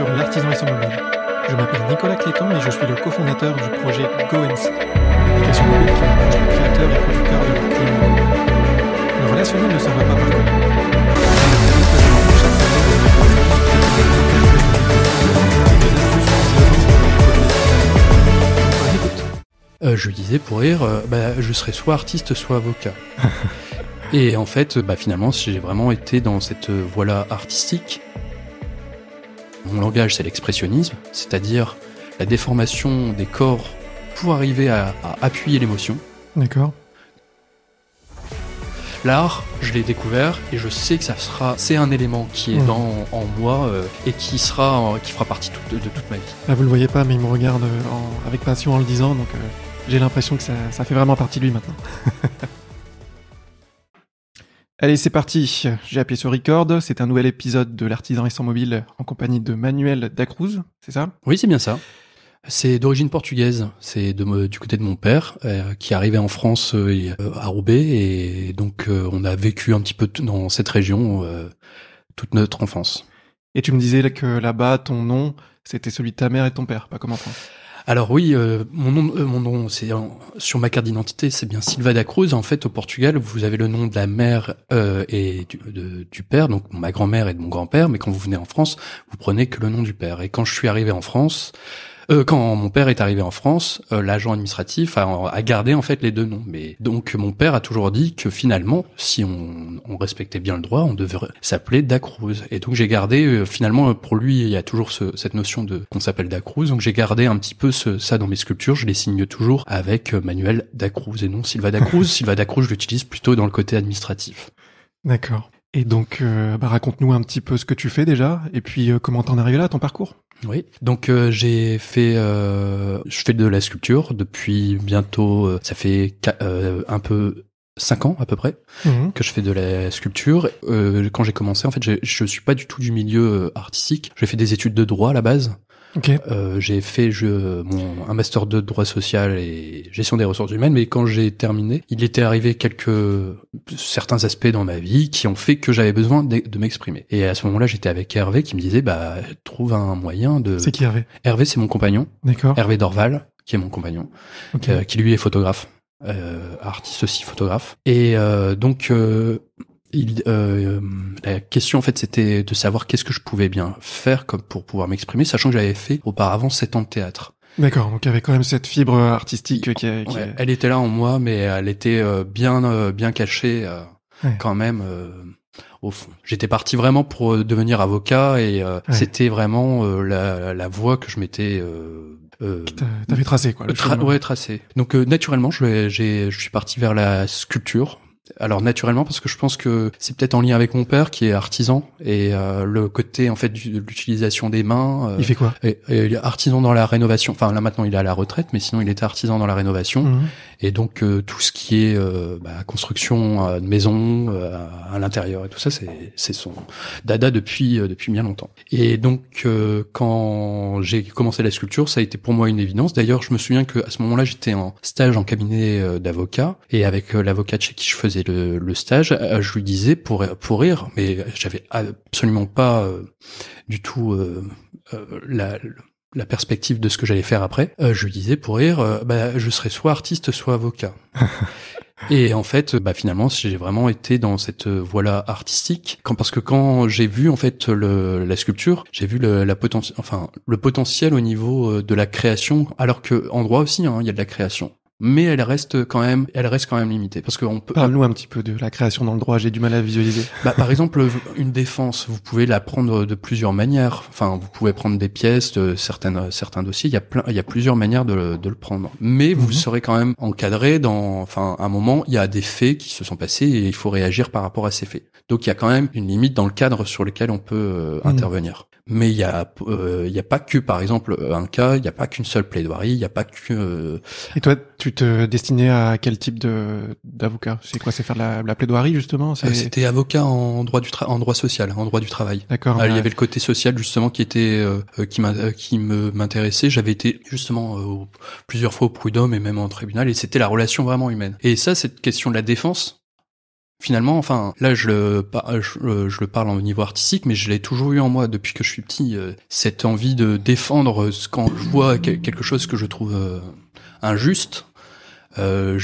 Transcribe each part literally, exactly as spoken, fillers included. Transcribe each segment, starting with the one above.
sur L'Artisan et son mobile. Je m'appelle Nicolas Cléton et je suis le cofondateur du projet GoNC, une application mobile qui rapproche les créateurs et producteurs de leurs clients. Le relationnel ne s'en va pas par contre. Euh, je lui disais pour rire, euh, bah, je serais soit artiste, soit avocat. Et en fait, bah, finalement, j'ai vraiment été dans cette voie-là artistique. Mon langage, c'est l'expressionnisme, c'est-à-dire la déformation des corps pour arriver à, à appuyer l'émotion. D'accord. L'art, je l'ai découvert et je sais que ça sera, c'est un élément qui est mmh. dans en moi euh, et qui sera, qui fera partie tout, de, de toute ma vie. Là, vous le voyez pas, mais il me regarde en, avec passion en le disant, donc euh, j'ai l'impression que ça, ça fait vraiment partie de lui maintenant. Allez, c'est parti. J'ai appuyé sur record. C'est un nouvel épisode de L'Artisan et son mobile en compagnie de Manuel da Cruz, c'est ça? Oui, c'est bien ça. C'est d'origine portugaise. C'est de, du côté de mon père, euh, qui est arrivé en France euh, à Roubaix, et donc euh, on a vécu un petit peu t- dans cette région euh, toute notre enfance. Et tu me disais que là-bas, ton nom, c'était celui de ta mère et de ton père, pas comme en France. Alors oui, euh, mon nom, euh, mon nom, c'est en, sur ma carte d'identité, c'est bien Silva da Cruz. En fait, au Portugal, vous avez le nom de la mère euh, et du, de, du père, donc ma grand-mère et de mon grand-père. Mais quand vous venez en France, vous prenez que le nom du père. Et quand je suis arrivé en France, euh, quand mon père est arrivé en France, euh, l'agent administratif a, a gardé en fait les deux noms. Mais donc mon père a toujours dit que finalement, si on, on respectait bien le droit, on devrait s'appeler da Cruz. Et donc j'ai gardé euh, finalement pour lui, il y a toujours ce, cette notion de qu'on s'appelle da Cruz. Donc j'ai gardé un petit peu ce, ça dans mes sculptures. Je les signe toujours avec euh, Manuel da Cruz et non Silva da Cruz. Silva da Cruz, je l'utilise plutôt dans le côté administratif. D'accord. Et donc, euh, bah, raconte-nous un petit peu ce que tu fais déjà, et puis euh, comment t'en es arrivé là, ton parcours. Oui, donc euh, j'ai fait, euh, je fais de la sculpture depuis bientôt, euh, ça fait euh, un peu cinq ans à peu près mmh. que je fais de la sculpture. Euh, quand j'ai commencé, en fait, j'ai, je suis pas du tout du milieu artistique. J'ai fait des études de droit à la base. Okay. Euh, j'ai fait je, mon, un master de droit social et gestion des ressources humaines, mais quand j'ai terminé, il était arrivé quelques certains aspects dans ma vie qui ont fait que j'avais besoin de, de m'exprimer. Et à ce moment-là, j'étais avec Hervé qui me disait bah trouve un moyen de. C'est qui Hervé? Hervé, c'est mon compagnon. D'accord. Hervé Dorval, qui est mon compagnon, okay. euh, qui lui est photographe, euh, artiste aussi photographe. Et euh, donc. Euh, Il, euh, la question en fait c'était de savoir qu'est-ce que je pouvais bien faire comme pour pouvoir m'exprimer, sachant que j'avais fait auparavant sept ans de théâtre. D'accord, donc il y avait quand même cette fibre artistique qui, est, qui ouais, est... Elle était là en moi, mais elle était euh, bien euh, bien cachée euh, ouais. quand même euh, au fond. J'étais parti vraiment pour euh, devenir avocat et euh, ouais. c'était vraiment euh, la, la voie que je m'étais euh, Euh, T'avais tracé quoi. Le tra- ouais, tracé. Donc euh, naturellement, je, j'ai, je suis parti vers la sculpture. Alors naturellement parce que je pense que c'est peut-être en lien avec mon père qui est artisan et euh, le côté en fait du, de l'utilisation des mains. Euh, il fait quoi? et, et il est artisan dans la rénovation. Enfin là maintenant il est à la retraite, mais sinon il était artisan dans la rénovation. Mmh. Et donc euh, tout ce qui est euh, bah, construction euh, de maison euh, à l'intérieur et tout ça, c'est c'est son dada depuis euh, depuis bien longtemps. Et donc euh, quand j'ai commencé la sculpture, ça a été pour moi une évidence. D'ailleurs je me souviens que à ce moment-là j'étais en stage en cabinet euh, d'avocat et avec euh, l'avocat chez qui je faisais Le, le stage, je lui disais pour pour rire, mais j'avais absolument pas euh, du tout euh, euh, la la perspective de ce que j'allais faire après. Euh, je lui disais pour rire, euh, bah je serais soit artiste soit avocat. Et en fait, bah finalement, j'ai vraiment été dans cette voie-là artistique. Quand, parce que quand j'ai vu en fait le, la sculpture, j'ai vu le, la potentiel, enfin le potentiel au niveau de la création, alors que en droit aussi, hein, il y a de la création. Mais elle reste quand même, elle reste quand même limitée parce qu'on peut. Parle-nous un petit peu de la création dans le droit. J'ai du mal à visualiser. Bah, par exemple, une défense, vous pouvez la prendre de plusieurs manières. Enfin, vous pouvez prendre des pièces de certaines, certains dossiers. Il y a plein, il y a plusieurs manières de, de le prendre. Mais vous mm-hmm. serez quand même encadré dans, enfin, à un moment, il y a des faits qui se sont passés et il faut réagir par rapport à ces faits. Donc, il y a quand même une limite dans le cadre sur lequel on peut euh, mm. intervenir. Mais il y a, euh, il y a pas que, par exemple, un cas. Il y a pas qu'une seule plaidoirie. Il y a pas que. Euh... Et toi, tu te destinais à quel type de d'avocat? C'est quoi? C'est faire de la, la plaidoirie justement? C'est... Euh, c'était avocat en droit du tra- en droit social, en droit du travail. D'accord. Euh, mais... Il y avait le côté social justement qui était euh, qui m'a euh, qui me m'intéressait. J'avais été justement euh, plusieurs fois au prud'homme et même en tribunal, et c'était la relation vraiment humaine. Et ça, cette question de la défense. Finalement, enfin, là, je le, je, je le parle au niveau artistique, mais je l'ai toujours eu en moi depuis que je suis petit, euh, cette envie de défendre quand je vois quelque chose que je trouve euh, injuste. Euh,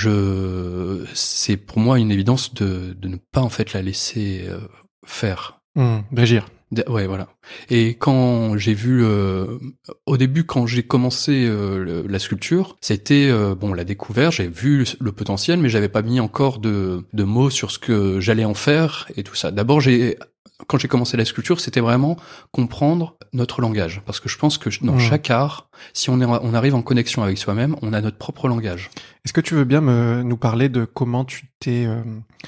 je, c'est pour moi une évidence de, de ne pas en fait la laisser euh, faire. Mmh, d'agir. Ouais, voilà. Et quand j'ai vu, euh, au début, quand j'ai commencé euh, le, la sculpture, c'était euh, bon la découverte. J'ai vu le potentiel, mais j'avais pas mis encore de, de mots sur ce que j'allais en faire et tout ça. D'abord, j'ai quand j'ai commencé la sculpture, c'était vraiment comprendre notre langage, parce que je pense que dans mmh. chaque art, si on est, on arrive en connexion avec soi-même, on a notre propre langage. Est-ce que tu veux bien me nous parler de comment tu t'es euh...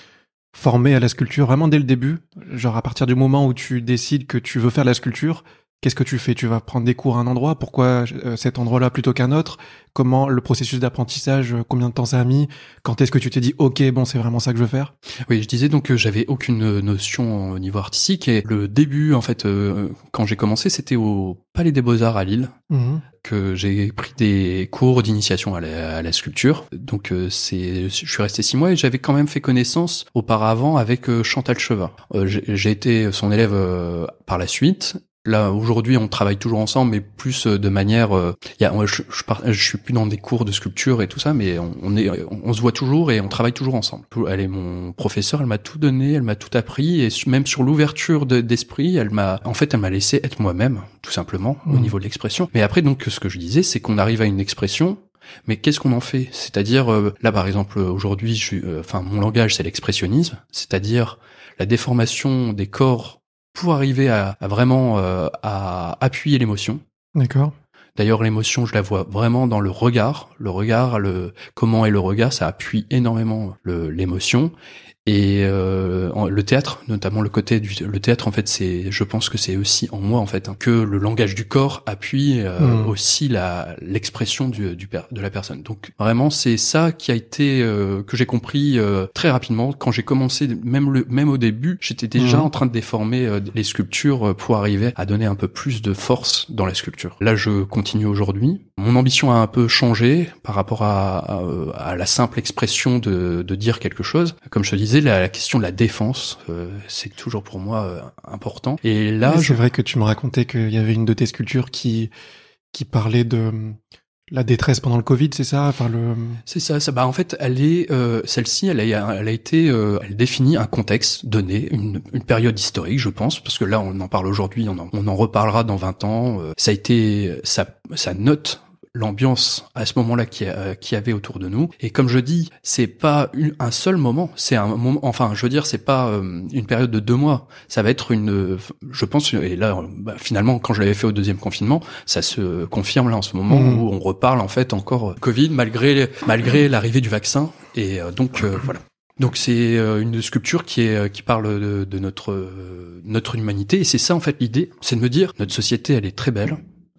formé à la sculpture vraiment dès le début, genre à partir du moment où tu décides que tu veux faire de la sculpture, qu'est-ce que tu fais? Tu vas prendre des cours à un endroit? Pourquoi euh, cet endroit-là plutôt qu'un autre? Comment le processus d'apprentissage? Combien de temps ça a mis? Quand est-ce que tu t'es dit ok, bon, c'est vraiment ça que je veux faire? Oui, je disais donc que j'avais aucune notion au niveau artistique et le début, en fait, euh, quand j'ai commencé, c'était au Palais des Beaux-Arts à Lille. Mmh. Que j'ai pris des cours d'initiation à la, à la sculpture. Donc euh, c'est, je suis resté six mois et j'avais quand même fait connaissance auparavant avec euh, Chantal Chevin. Euh, j'ai, j'ai été son élève euh, par la suite. Là aujourd'hui, on travaille toujours ensemble, mais plus de manière. Euh, y a, je, je, pars, je suis plus dans des cours de sculpture et tout ça, mais on, on est, on, on se voit toujours et on travaille toujours ensemble. Elle est mon professeur, elle m'a tout donné, elle m'a tout appris et même sur l'ouverture de, d'esprit, elle m'a, en fait, elle m'a laissé être moi-même, tout simplement, mmh. au niveau de l'expression. Mais après, donc, ce que je disais, c'est qu'on arrive à une expression. Mais qu'est-ce qu'on en fait? C'est-à-dire, euh, là, par exemple, aujourd'hui, je suis, euh, enfin, mon langage, c'est l'expressionnisme, c'est-à-dire la déformation des corps pour arriver à, à vraiment euh, à appuyer l'émotion. D'accord. D'ailleurs, l'émotion, je la vois vraiment dans le regard. Le regard, le comment est le regard, ça appuie énormément le, l'émotion. Et euh, le théâtre, notamment le côté du le théâtre, en fait, c'est, je pense que c'est aussi en moi, en fait, hein, que le langage du corps appuie euh, mmh. aussi la l'expression du, du de la personne. Donc vraiment, c'est ça qui a été euh, que j'ai compris euh, très rapidement quand j'ai commencé. Même le même au début, j'étais déjà mmh. en train de déformer euh, les sculptures pour arriver à donner un peu plus de force dans la sculpture. Là, je continue aujourd'hui. Mon ambition a un peu changé par rapport à, à, à la simple expression de, de dire quelque chose. Comme je te disais, la, la question de la défense, euh, c'est toujours pour moi euh, important. Et là, c'est je... vrai que tu me racontais qu'il y avait une de tes sculptures qui qui parlait de la détresse pendant le Covid, c'est ça? Enfin le. C'est ça. Ça. Bah en fait, elle est euh, celle-ci, elle a, elle a été, euh, elle définit un contexte donné, une, une période historique, je pense, parce que là, on en parle aujourd'hui, on en, on en reparlera dans vingt ans. Euh, ça a été, ça, ça note l'ambiance à ce moment-là qui euh, qui avait autour de nous. Et comme je dis, c'est pas une, un seul moment, c'est un moment, enfin, je veux dire, c'est pas euh, une période de deux mois. Ça va être une, euh, je pense, et là, bah, finalement, quand je l'avais fait au deuxième confinement, ça se confirme là en ce moment mmh. où on reparle en fait encore Covid malgré malgré l'arrivée du vaccin. Et euh, donc euh, voilà. Donc c'est euh, une sculpture qui est qui parle de, de notre euh, notre humanité. Et c'est ça en fait l'idée, c'est de me dire notre société, elle est très belle.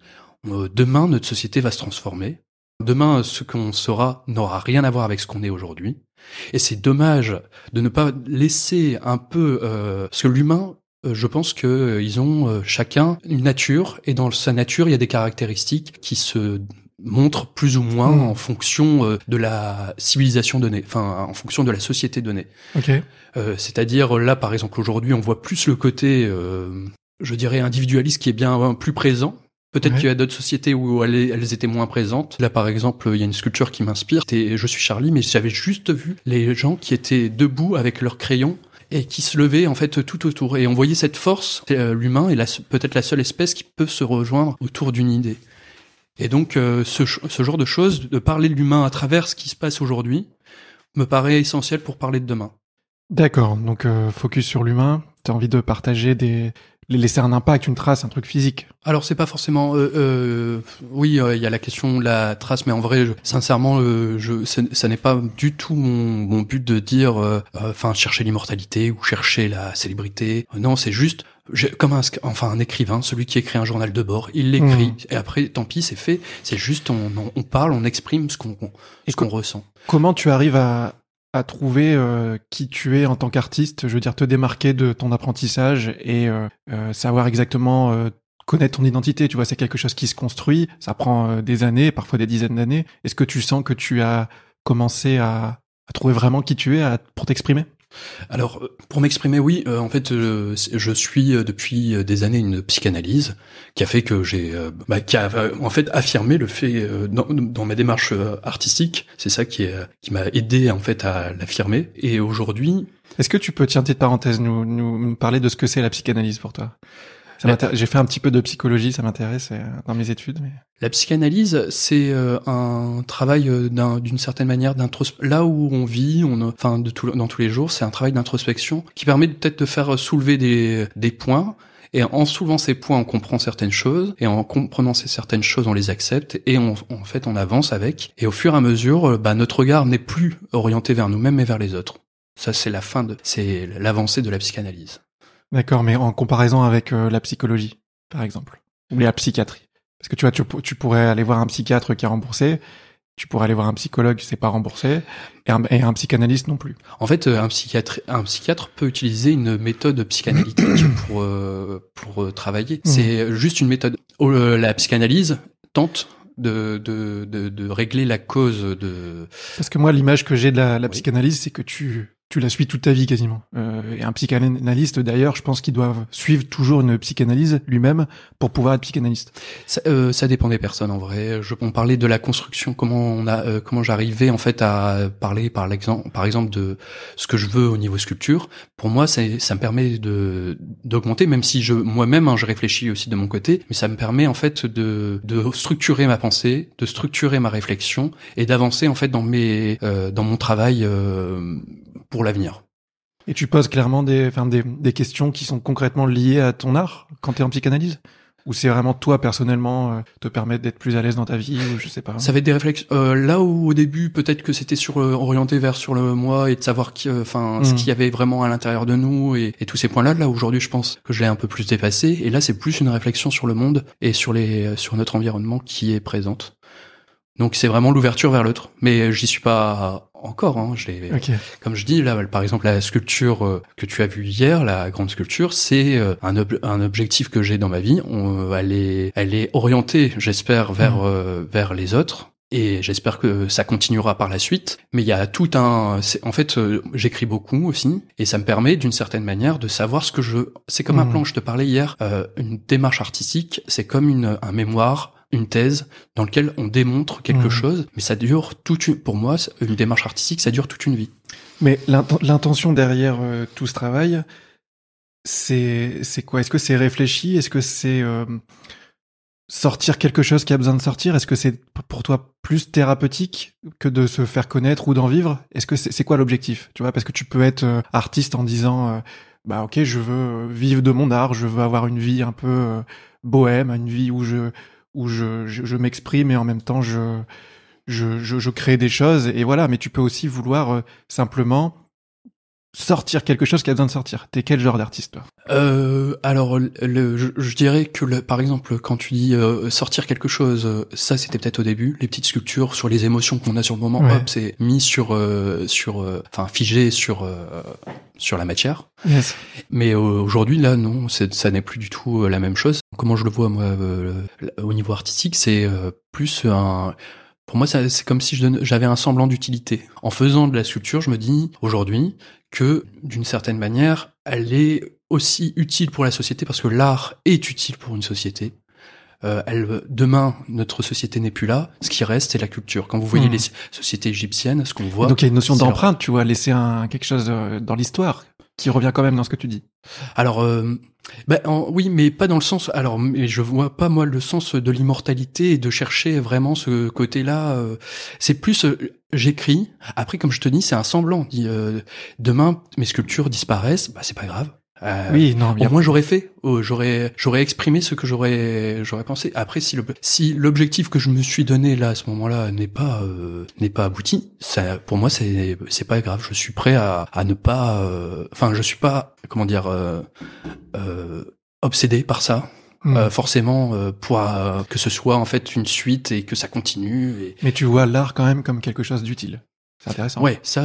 Demain, notre société va se transformer. Demain, ce qu'on sera n'aura rien à voir avec ce qu'on est aujourd'hui. Et c'est dommage de ne pas laisser un peu... Euh, parce que l'humain, euh, je pense que euh, ils ont euh, chacun une nature, et dans sa nature, il y a des caractéristiques qui se montrent plus ou moins mmh. en fonction euh, de la civilisation donnée, enfin en fonction de la société donnée. Okay. Euh, c'est-à-dire, là, par exemple, aujourd'hui, on voit plus le côté, euh, je dirais, individualiste qui est bien plus présent. Peut-être ouais. qu'il y a d'autres sociétés où elles, elles étaient moins présentes. Là, par exemple, il y a une sculpture qui m'inspire. C'était Je suis Charlie, mais j'avais juste vu les gens qui étaient debout avec leurs crayons et qui se levaient en fait tout autour. Et on voyait cette force. L'humain est la, peut-être la seule espèce qui peut se rejoindre autour d'une idée. Et donc, euh, ce, ce genre de choses, de parler de l'humain à travers ce qui se passe aujourd'hui, me paraît essentiel pour parler de demain. D'accord. Donc, euh, focus sur l'humain. T'as envie de partager des... laisser un impact, une trace, un truc physique. Alors c'est pas forcément, euh, euh, oui, il euh, y a la question de la trace, mais en vrai, je, sincèrement, euh, je, ça n'est pas du tout mon, mon but de dire, enfin, euh, euh, chercher l'immortalité ou chercher la célébrité. Non, c'est juste, comme un, enfin, un écrivain, celui qui écrit un journal de bord, il l'écrit mmh. et après, tant pis, c'est fait. C'est juste, on, on parle, on exprime ce qu'on, ce qu'on ressent. Comment tu arrives à à trouver euh, qui tu es en tant qu'artiste, je veux dire te démarquer de ton apprentissage et euh, euh, savoir exactement euh, connaître ton identité, tu vois, c'est quelque chose qui se construit, ça prend euh, des années, parfois des dizaines d'années. Est-ce que tu sens que tu as commencé à, à trouver vraiment qui tu es à, pour t'exprimer ? Alors, pour m'exprimer, oui, euh, en fait, euh, je suis euh, depuis des années une psychanalyse qui a fait que j'ai, euh, bah, qui a euh, en fait affirmé le fait euh, dans, dans ma démarche euh, artistique. C'est ça qui est, qui m'a aidé en fait à l'affirmer. Et aujourd'hui, est-ce que tu peux, tiens, petite parenthèse, nous, nous, nous parler de ce que c'est la psychanalyse pour toi? Ça m'intéresse. J'ai fait un petit peu de psychologie, ça m'intéresse euh, dans mes études. Mais... La psychanalyse, c'est euh, un travail euh, d'un, d'une certaine manière d'introspection. Là où on vit, on, enfin, de tout, dans tous les jours, c'est un travail d'introspection qui permet peut-être de faire soulever des, des points. Et en soulevant ces points, on comprend certaines choses, et en comprenant ces certaines choses, on les accepte, et on, en fait, on avance avec. Et au fur et à mesure, bah, notre regard n'est plus orienté vers nous-mêmes, mais vers les autres. Ça, c'est la fin de, c'est l'avancée de la psychanalyse. D'accord, mais en comparaison avec euh, la psychologie, par exemple, ou la psychiatrie. Parce que tu vois, tu, tu pourrais aller voir un psychiatre qui est remboursé, tu pourrais aller voir un psychologue qui n'est pas remboursé, et un, et un psychanalyste non plus. En fait, un psychiatre, un psychiatre peut utiliser une méthode psychanalytique pour euh, pour travailler. Mmh. C'est juste une méthode. La psychanalyse tente de de de, de régler la cause de. Parce que moi, l'image que j'ai de la, la oui. psychanalyse, c'est que tu tu la suis toute ta vie quasiment. Euh, et un psychanalyste, d'ailleurs, je pense qu'il doit suivre toujours une psychanalyse lui-même pour pouvoir être psychanalyste. Ça, euh, ça dépend des personnes en vrai. Je on parlait de la construction, comment on a, euh, comment j'arrivais en fait à parler par l'exemple, par exemple de ce que je veux au niveau sculpture. Pour moi, c'est, ça me permet de d'augmenter, même si je moi-même hein, je réfléchis aussi de mon côté, mais ça me permet en fait de de structurer ma pensée, de structurer ma réflexion et d'avancer en fait dans mes euh, dans mon travail. Euh, pour l'avenir. Et tu poses clairement des, enfin des, des questions qui sont concrètement liées à ton art quand t'es en psychanalyse? Ou c'est vraiment toi personnellement euh, te permettre d'être plus à l'aise dans ta vie ou je sais pas. Ça va être des réflexes. Euh, là où au début peut-être que c'était sur euh, orienté vers sur le moi et de savoir qui, enfin euh, mmh. ce qu'il y avait vraiment à l'intérieur de nous et, et tous ces points-là. Là aujourd'hui je pense que je l'ai un peu plus dépassé et là c'est plus une réflexion sur le monde et sur les sur notre environnement qui est présente. Donc c'est vraiment l'ouverture vers l'autre, mais j'y suis pas encore. Hein. Je l'ai, okay. Comme je dis là, par exemple la sculpture euh, que tu as vue hier, la grande sculpture, c'est euh, un, ob- un objectif que j'ai dans ma vie. On, elle est, elle est orientée, j'espère, vers mmh. euh, vers les autres. Et j'espère que ça continuera par la suite. Mais il y a tout un... C'est, en fait, euh, j'écris beaucoup aussi. Et ça me permet, d'une certaine manière, de savoir ce que je... C'est comme mmh. un plan que je te parlais hier. Euh, une démarche artistique, c'est comme une, un mémoire, une thèse, dans lequel on démontre quelque mmh. chose. Mais ça dure toute une... Pour moi, une démarche artistique, ça dure toute une vie. Mais l'int- l'intention derrière euh, tout ce travail, c'est, c'est quoi? Est-ce que c'est réfléchi? Est-ce que c'est... Euh... sortir quelque chose qui a besoin de sortir, est-ce que c'est pour toi plus thérapeutique que de se faire connaître ou d'en vivre? Est-ce que c'est, c'est quoi l'objectif? Tu vois, parce que tu peux être euh, artiste en disant euh, bah ok, je veux vivre de mon art, je veux avoir une vie un peu euh, bohème, une vie où je où je je, je m'exprime et en même temps je je je, je crée des choses et voilà. Mais tu peux aussi vouloir euh, simplement sortir quelque chose qui a besoin de sortir. T'es quel genre d'artiste, toi? Euh, alors, le, je, je dirais que, le, par exemple, quand tu dis euh, sortir quelque chose, euh, ça c'était peut-être au début, les petites sculptures sur les émotions qu'on a sur le moment, ouais. hop, c'est mis sur, euh, sur, enfin euh, figé sur, euh, sur la matière. Yes. Mais euh, aujourd'hui, là, non, c'est, ça n'est plus du tout euh, la même chose. Comment je le vois moi, euh, au niveau artistique, c'est euh, plus un Pour moi, ça, c'est comme si je donne, j'avais un semblant d'utilité. En faisant de la sculpture, je me dis aujourd'hui que, d'une certaine manière, elle est aussi utile pour la société parce que l'art est utile pour une société. Euh, elle, demain, notre société n'est plus là. Ce qui reste, c'est la culture. Quand vous voyez mmh. les sociétés égyptiennes, ce qu'on voit... Donc il y a une notion d'empreinte, leur... tu vois, laisser un, quelque chose dans l'histoire qui revient quand même dans ce que tu dis. Alors, euh, ben en, oui, mais pas dans le sens. Alors, mais je vois pas moi le sens de l'immortalité et de chercher vraiment ce côté-là. Euh, c'est plus, euh, j'écris. Après, comme je te dis, c'est un semblant. Dit, euh, demain, mes sculptures disparaissent. Bah, c'est pas grave. Euh, oui, non. Au moins, j'aurais fait. Oh, j'aurais, j'aurais exprimé ce que j'aurais, j'aurais pensé. Après, si le, si l'objectif que je me suis donné là à ce moment-là n'est pas, euh, n'est pas abouti, ça, pour moi, c'est, c'est pas grave. Je suis prêt à, à ne pas, enfin, euh, je suis pas, comment dire, euh, euh, obsédé par ça. Mmh. Euh, forcément, euh, pour euh, que ce soit en fait une suite et que ça continue. Et... Mais tu vois l'art quand même comme quelque chose d'utile. C'est intéressant. Ouais, ça, oui.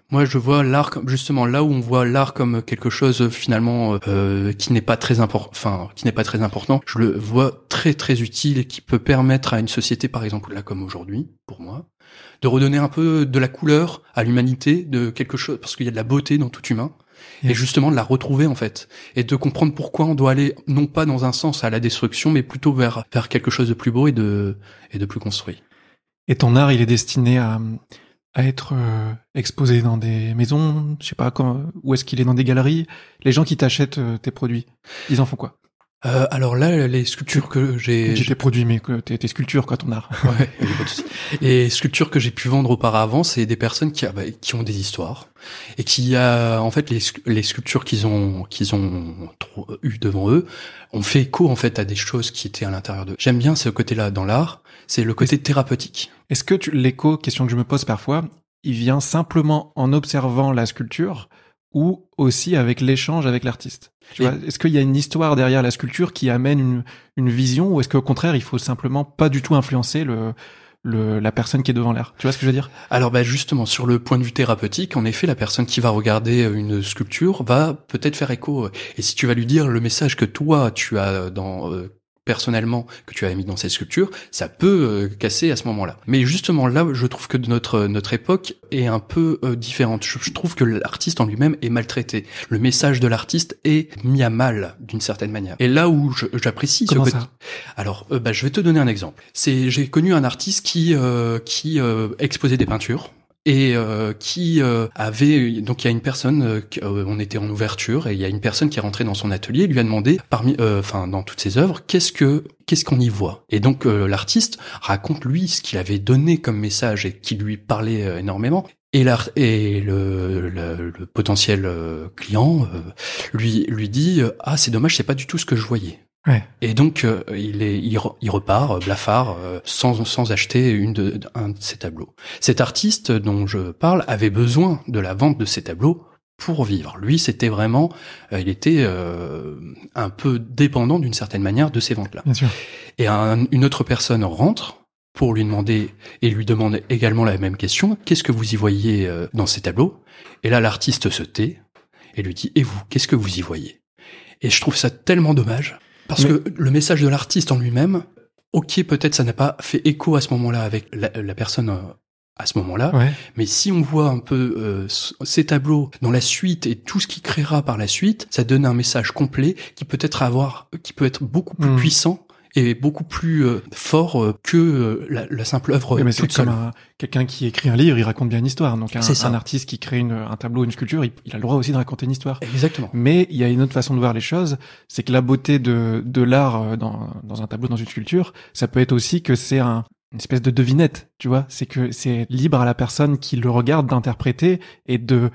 Moi, je vois l'art comme, justement, là où on voit l'art comme quelque chose finalement euh, qui n'est pas très important, enfin qui n'est pas très important. Je le vois très très utile et qui peut permettre à une société, par exemple là comme aujourd'hui, pour moi, de redonner un peu de la couleur à l'humanité, de quelque chose, parce qu'il y a de la beauté dans tout humain. Yes. Et justement de la retrouver en fait, et de comprendre pourquoi on doit aller non pas dans un sens à la destruction, mais plutôt vers vers quelque chose de plus beau et de et de plus construit. Et ton art, il est destiné à à être euh, exposé dans des maisons, je sais pas, quand, où est-ce qu'il est dans des galeries. Les gens qui t'achètent euh, tes produits, ils en font quoi? Euh, alors là, les sculptures que j'ai... J'ai tes produits, mais que tes, tes sculptures, quoi, ton art. Ouais, pas de souci. Les sculptures que j'ai pu vendre auparavant, c'est des personnes qui, bah, qui ont des histoires et qui, a, en fait, les, les sculptures qu'ils ont, qu'ils ont eues devant eux, ont fait écho en fait à des choses qui étaient à l'intérieur d'eux. J'aime bien ce côté-là dans l'art, c'est le côté thérapeutique. Est-ce que tu, l'écho, question que je me pose parfois, il vient simplement en observant la sculpture ou aussi avec l'échange avec l'artiste? Tu vois, est-ce qu'il y a une histoire derrière la sculpture qui amène une, une vision, ou est-ce qu'au contraire, il faut simplement pas du tout influencer le, le, la personne qui est devant l'art? Tu vois ce que je veux dire? Alors, bah, justement, sur le point de vue thérapeutique, en effet, la personne qui va regarder une sculpture va peut-être faire écho. Et si tu vas lui dire le message que toi, tu as dans, euh, personnellement, que tu as mis dans cette sculpture, ça peut euh, casser à ce moment-là. Mais justement là, je trouve que notre notre époque est un peu euh, différente. Je, je trouve que l'artiste en lui-même est maltraité. Le message de l'artiste est mis à mal d'une certaine manière. Et là où je, j'apprécie Comment ce ça côté. Alors, euh, bah, je vais te donner un exemple. C'est, j'ai connu un artiste qui euh, qui euh, exposait des peintures. Et euh, qui euh, avait donc il y a une personne, euh, on était en ouverture et il y a une personne qui est rentrée dans son atelier et lui a demandé parmi, enfin euh, dans toutes ses œuvres, qu'est-ce que qu'est-ce qu'on y voit. Et donc euh, l'artiste raconte lui ce qu'il avait donné comme message et qui lui parlait euh, énormément. Et, l'art, et le, le, le potentiel euh, client euh, lui lui dit euh, ah c'est dommage, c'est pas du tout ce que je voyais. Ouais. Et donc euh, il est il, re, il repart blafard euh, sans sans acheter une de un de ses tableaux. Cet artiste dont je parle avait besoin de la vente de ses tableaux pour vivre. Lui, c'était vraiment euh, il était euh, un peu dépendant d'une certaine manière de ces ventes-là. Bien sûr. Et un, une autre personne rentre pour lui demander et lui demande également la même question, qu'est-ce que vous y voyez euh, dans ces tableaux? Et là l'artiste se tait et lui dit et vous, qu'est-ce que vous y voyez? Et je trouve ça tellement dommage. Parce mais... que le message de l'artiste en lui-même, ok, peut-être ça n'a pas fait écho à ce moment-là avec la, la personne euh, à ce moment-là, ouais. Mais si on voit un peu euh, ces tableaux dans la suite et tout ce qu'il créera par la suite, ça donne un message complet qui peut être avoir, qui peut être beaucoup plus mmh. puissant et beaucoup plus euh, fort euh, que euh, la, la simple œuvre oui, mais toute c'est seule. Comme un, quelqu'un qui écrit un livre, il raconte bien une histoire. Donc un, un artiste qui crée une, un tableau, une sculpture, il, il a le droit aussi de raconter une histoire. Exactement. Mais il y a une autre façon de voir les choses, c'est que la beauté de, de l'art dans, dans un tableau, dans une sculpture, ça peut être aussi que c'est un, une espèce de devinette, tu vois. C'est que c'est libre à la personne qui le regarde d'interpréter et de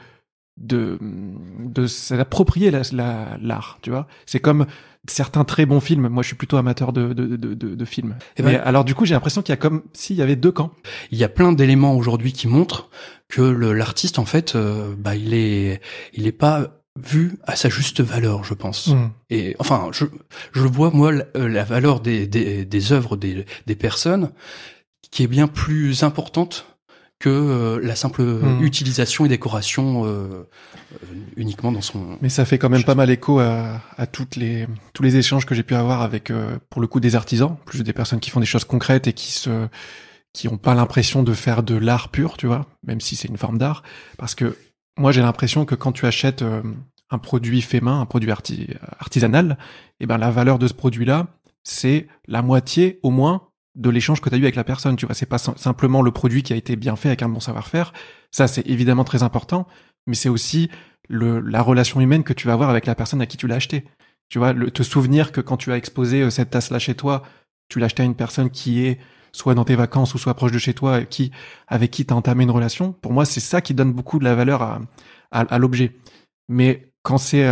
de de s'approprier la, la, l'art, tu vois. C'est comme certains très bons films. Moi, je suis plutôt amateur de de de de, de films. Et ben, alors du coup, j'ai l'impression qu'il y a comme s'il y avait deux camps. Il y a plein d'éléments aujourd'hui qui montrent que le, l'artiste, en fait, euh, bah, il est il est pas vu à sa juste valeur, je pense. Mmh. Et enfin, je je vois moi la, la valeur des des des œuvres des des personnes qui est bien plus importante que euh, la simple mmh. utilisation et décoration euh, euh, uniquement dans son... Mais ça fait quand même pas mal écho à, à toutes les, tous les échanges que j'ai pu avoir avec, euh, pour le coup, des artisans, plus des personnes qui font des choses concrètes et qui se, qui ont pas l'impression de faire de l'art pur, tu vois, même si c'est une forme d'art. Parce que moi, j'ai l'impression que quand tu achètes euh, un produit fait main, un produit arti- artisanal, eh ben, la valeur de ce produit-là, c'est la moitié, au moins, de l'échange que tu as eu avec la personne, tu vois, c'est pas simplement le produit qui a été bien fait avec un bon savoir-faire. Ça, c'est évidemment très important, mais c'est aussi le, la relation humaine que tu vas avoir avec la personne à qui tu l'as acheté. Tu vois, le, te souvenir que quand tu as exposé cette tasse-là chez toi, tu l'as acheté à une personne qui est soit dans tes vacances ou soit proche de chez toi, qui, avec qui tu as entamé une relation. Pour moi, c'est ça qui donne beaucoup de la valeur à, à, à l'objet. Mais quand c'est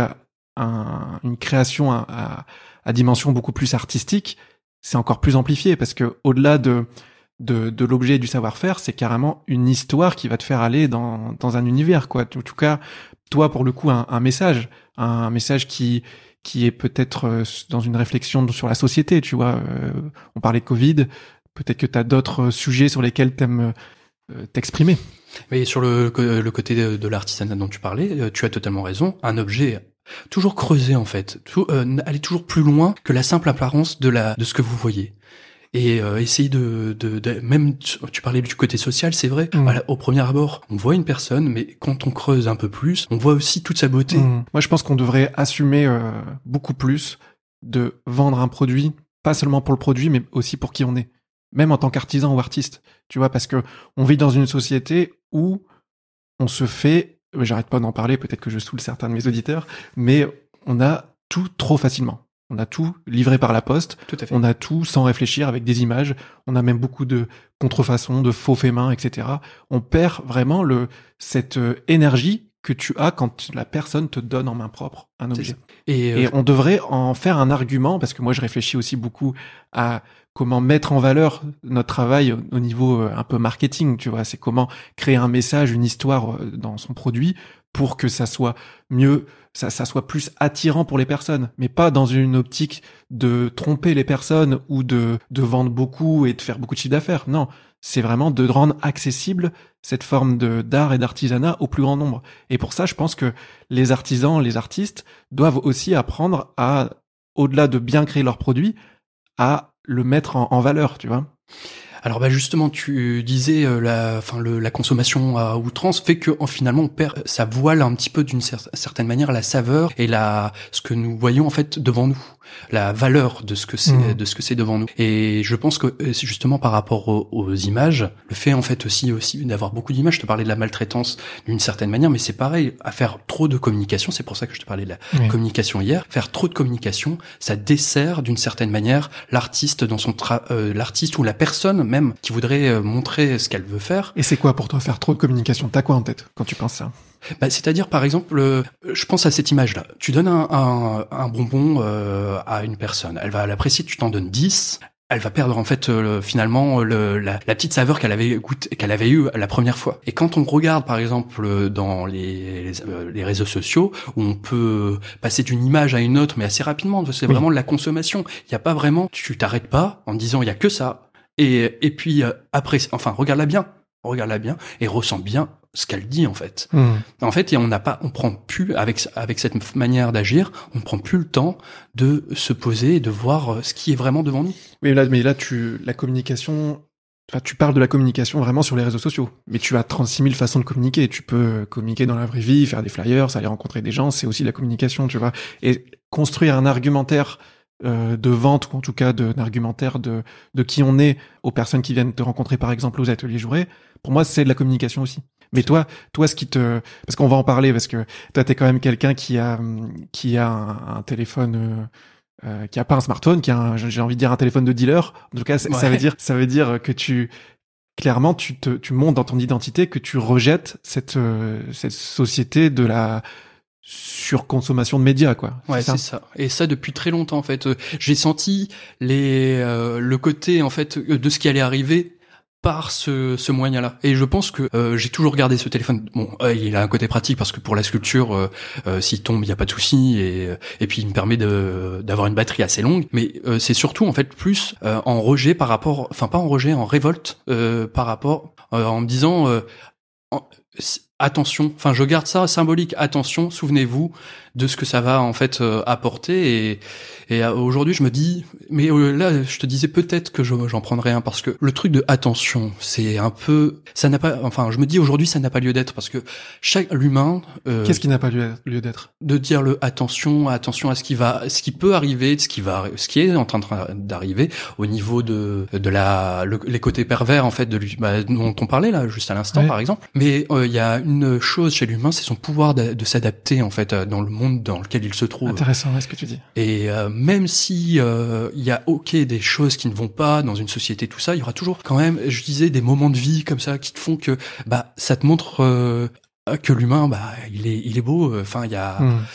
un, une création à, à, à dimension beaucoup plus artistique, c'est encore plus amplifié parce que au-delà de de, de l'objet et du savoir-faire, c'est carrément une histoire qui va te faire aller dans dans un univers, quoi. En tout cas, toi, pour le coup, un, un message, un message qui qui est peut-être dans une réflexion sur la société, tu vois. Euh, on parlait de Covid, peut-être que tu as d'autres sujets sur lesquels t'aimes euh, t'exprimer. Mais sur le, le côté de, de l'artisanat dont tu parlais, tu as totalement raison. Un objet toujours creusé en fait, tout, euh, aller toujours plus loin que la simple apparence de la de ce que vous voyez. Et euh, essayer de, de, de même tu, tu parlais du côté social, c'est vrai. Mmh. À la, au premier abord, on voit une personne, mais quand on creuse un peu plus, on voit aussi toute sa beauté. Mmh. Moi, je pense qu'on devrait assumer euh, beaucoup plus de vendre un produit, pas seulement pour le produit, mais aussi pour qui on est, même en tant qu'artisan ou artiste. Tu vois, parce que on vit dans une société où on se fait, j'arrête pas d'en parler, peut-être que je saoule certains de mes auditeurs, mais on a tout trop facilement. On a tout livré par la poste, tout à fait. On a tout sans réfléchir avec des images, on a même beaucoup de contrefaçons, de faux faits main, et cetera. On perd vraiment le, cette euh, énergie que tu as quand la personne te donne en main propre un objet. Et, euh, Et on devrait en faire un argument, parce que moi je réfléchis aussi beaucoup à comment mettre en valeur notre travail au niveau euh, un peu marketing, tu vois, c'est comment créer un message, une histoire euh, dans son produit pour que ça soit mieux, ça, ça soit plus attirant pour les personnes, mais pas dans une optique de tromper les personnes ou de, de vendre beaucoup et de faire beaucoup de chiffre d'affaires. Non, c'est vraiment de rendre accessible cette forme de, d'art et d'artisanat au plus grand nombre. Et pour ça, je pense que les artisans, les artistes doivent aussi apprendre à, au-delà de bien créer leurs produits, à le mettre en, en valeur, tu vois. Alors bah justement, tu disais euh, la, enfin le, la consommation à outrance fait que en, finalement on perd, ça voile un petit peu d'une cer- certaine manière la saveur et la ce que nous voyons en fait devant nous, la valeur de ce que c'est, mmh. de ce que c'est devant nous. Et je pense que c'est justement par rapport aux, aux images, le fait en fait aussi aussi d'avoir beaucoup d'images. Je te parlais de la maltraitance d'une certaine manière, mais c'est pareil, à faire trop de communication. C'est pour ça que je te parlais de la mmh. communication hier. Faire trop de communication, ça dessert d'une certaine manière l'artiste dans son tra- euh, l'artiste ou la personne même qui voudrait montrer ce qu'elle veut faire. Et c'est quoi pour toi faire trop de communication ? T'as quoi en tête quand tu penses ça ? Bah, c'est-à-dire, par exemple, euh, je pense à cette image-là. Tu donnes un, un, un bonbon euh, à une personne. Elle va l'apprécier, tu t'en donnes dix. Elle va perdre en fait euh, finalement le, la, la petite saveur qu'elle avait goûté, qu'elle avait eue la première fois. Et quand on regarde par exemple dans les, les, euh, les réseaux sociaux où on peut passer d'une image à une autre, mais assez rapidement, c'est oui. vraiment de la consommation. Il y a pas vraiment, tu t'arrêtes pas en disant il y a que ça. Et, et puis euh, après, enfin, regarde-la bien, regarde-la bien et ressens bien ce qu'elle dit en fait. Mmh. En fait, et on n'a pas, on prend plus avec avec cette manière d'agir, on ne prend plus le temps de se poser et de voir ce qui est vraiment devant nous. Oui, là, mais là, tu la communication. Enfin, tu parles de la communication vraiment sur les réseaux sociaux, mais tu as trente-six mille façons de communiquer. Tu peux communiquer dans la vraie vie, faire des flyers, aller rencontrer des gens, c'est aussi de la communication, tu vois. Et construire un argumentaire Euh, de vente ou en tout cas de, d'un argumentaire de, de qui on est aux personnes qui viennent te rencontrer par exemple aux ateliers Jouret, pour moi c'est de la communication aussi. Mais toi, toi ce qui te, parce qu'on va en parler parce que toi t'es quand même quelqu'un qui a qui a un, un téléphone, euh, euh, qui a pas un smartphone, qui a un, j'ai envie de dire un téléphone de dealer. En tout cas, ouais. ça veut dire ça veut dire que tu clairement tu te tu montres dans ton identité que tu rejettes cette euh, cette société de la surconsommation de médias, quoi. Ouais, c'est ça. c'est ça. Et ça depuis très longtemps en fait. Euh, j'ai senti les euh, le côté en fait de ce qui allait arriver par ce ce moyen-là. Et je pense que euh, j'ai toujours gardé ce téléphone. Bon, euh, il a un côté pratique parce que pour la sculpture, euh, euh, s'il tombe, il y a pas de souci. Et et puis il me permet de d'avoir une batterie assez longue. Mais euh, c'est surtout en fait plus euh, en rejet par rapport, enfin pas en rejet, en révolte euh, par rapport euh, en me disant. Euh, en, attention, enfin je garde ça symbolique, attention, souvenez-vous de ce que ça va en fait euh, apporter et, et euh, aujourd'hui je me dis, mais euh, là je te disais peut-être que je, j'en prendrais un parce que le truc de attention c'est un peu, ça n'a pas, enfin je me dis aujourd'hui ça n'a pas lieu d'être parce que chaque l'humain. Euh, Qu'est-ce qui n'a pas lieu, lieu d'être ? De dire le attention, attention à ce qui va, ce qui peut arriver, ce qui va, ce qui est en train d'arriver au niveau de de la le, les côtés pervers en fait de lui, bah, dont on parlait là juste à l'instant ouais. par exemple. Mais il euh, y a une chose chez l'humain, c'est son pouvoir de, de s'adapter en fait dans le monde dans lequel il se trouve. Intéressant, ouais, ce que tu dis. Et euh, même si il euh, y a ok des choses qui ne vont pas dans une société, tout ça, il y aura toujours quand même, je disais, des moments de vie comme ça qui te font que bah ça te montre euh, que l'humain, bah il est il est beau. Enfin il y a. Mmh.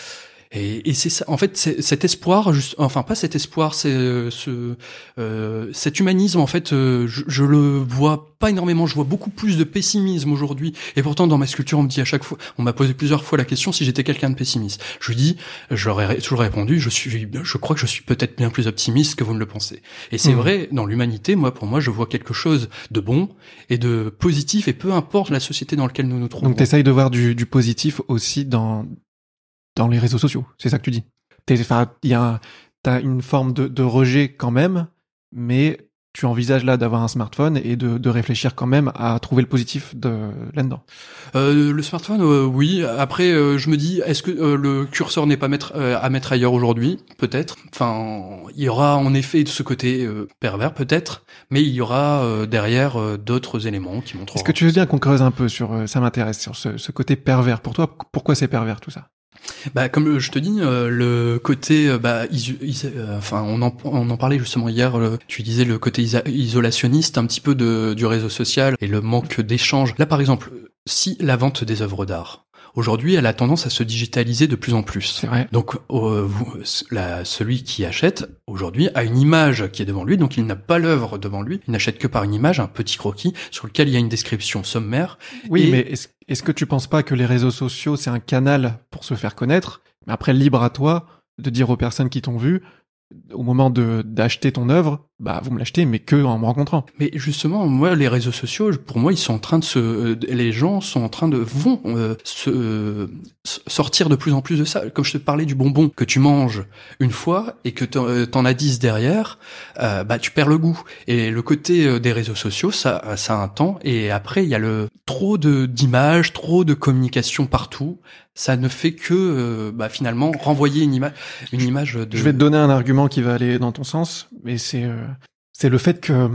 Et, et c'est ça, en fait, c'est, cet espoir, juste, enfin pas cet espoir, c'est euh, ce, euh, cet humanisme. En fait, euh, je, je le vois pas énormément. Je vois beaucoup plus de pessimisme aujourd'hui. Et pourtant, dans ma sculpture, on me dit à chaque fois, on m'a posé plusieurs fois la question si j'étais quelqu'un de pessimiste. Je lui dis, j'aurais toujours répondu, je suis, je crois que je suis peut-être bien plus optimiste que vous ne le pensez. Et c'est mmh. vrai, dans l'humanité, moi, pour moi, je vois quelque chose de bon et de positif, et peu importe la société dans laquelle nous nous trouvons. Donc, t'essayes de voir du, du positif aussi dans dans les réseaux sociaux, c'est ça que tu dis. Enfin, il y a, t'as une forme de, de rejet quand même, mais tu envisages là d'avoir un smartphone et de, de réfléchir quand même à trouver le positif de là-dedans. Euh, le smartphone, euh, oui. Après, euh, je me dis, est-ce que euh, le curseur n'est pas mettre, euh, à mettre ailleurs aujourd'hui? Peut-être. Enfin, il y aura en effet de ce côté euh, pervers, peut-être, mais il y aura euh, derrière euh, d'autres éléments qui montreront. Est-ce que tu veux bien qu'on creuse un peu sur, euh, ça m'intéresse, sur ce, ce côté pervers. Pour toi, pourquoi c'est pervers tout ça? Bah comme je te dis, euh, le côté, euh, bah, iso- is- euh, enfin, on en on en parlait justement hier. Euh, tu disais le côté isa- isolationniste, un petit peu de du réseau social et le manque d'échange. Là, par exemple, si la vente des œuvres d'art. Aujourd'hui, elle a tendance à se digitaliser de plus en plus. C'est vrai. Donc, euh, vous, la, celui qui achète aujourd'hui a une image qui est devant lui, donc il n'a pas l'œuvre devant lui. Il n'achète que par une image, un petit croquis sur lequel il y a une description sommaire. Oui, et... mais est-ce, est-ce que tu penses pas que les réseaux sociaux c'est un canal pour se faire connaître, mais après libre à toi de dire aux personnes qui t'ont vu au moment de d'acheter ton œuvre, bah vous me l'achetez, mais que en me rencontrant. Mais justement, moi, les réseaux sociaux, pour moi, ils sont en train de se, euh, les gens sont en train de vont euh, se euh, sortir de plus en plus de ça. Comme je te parlais du bonbon que tu manges une fois et que t'en, euh, t'en as dix derrière, euh, bah tu perds le goût. Et le côté euh, des réseaux sociaux, ça, ça a un temps. Et après, il y a le trop de d'images, trop de communication partout. Ça ne fait que euh, bah, finalement renvoyer une image, une image de. Je vais te donner un argument qui va aller dans ton sens, mais c'est euh, c'est le fait que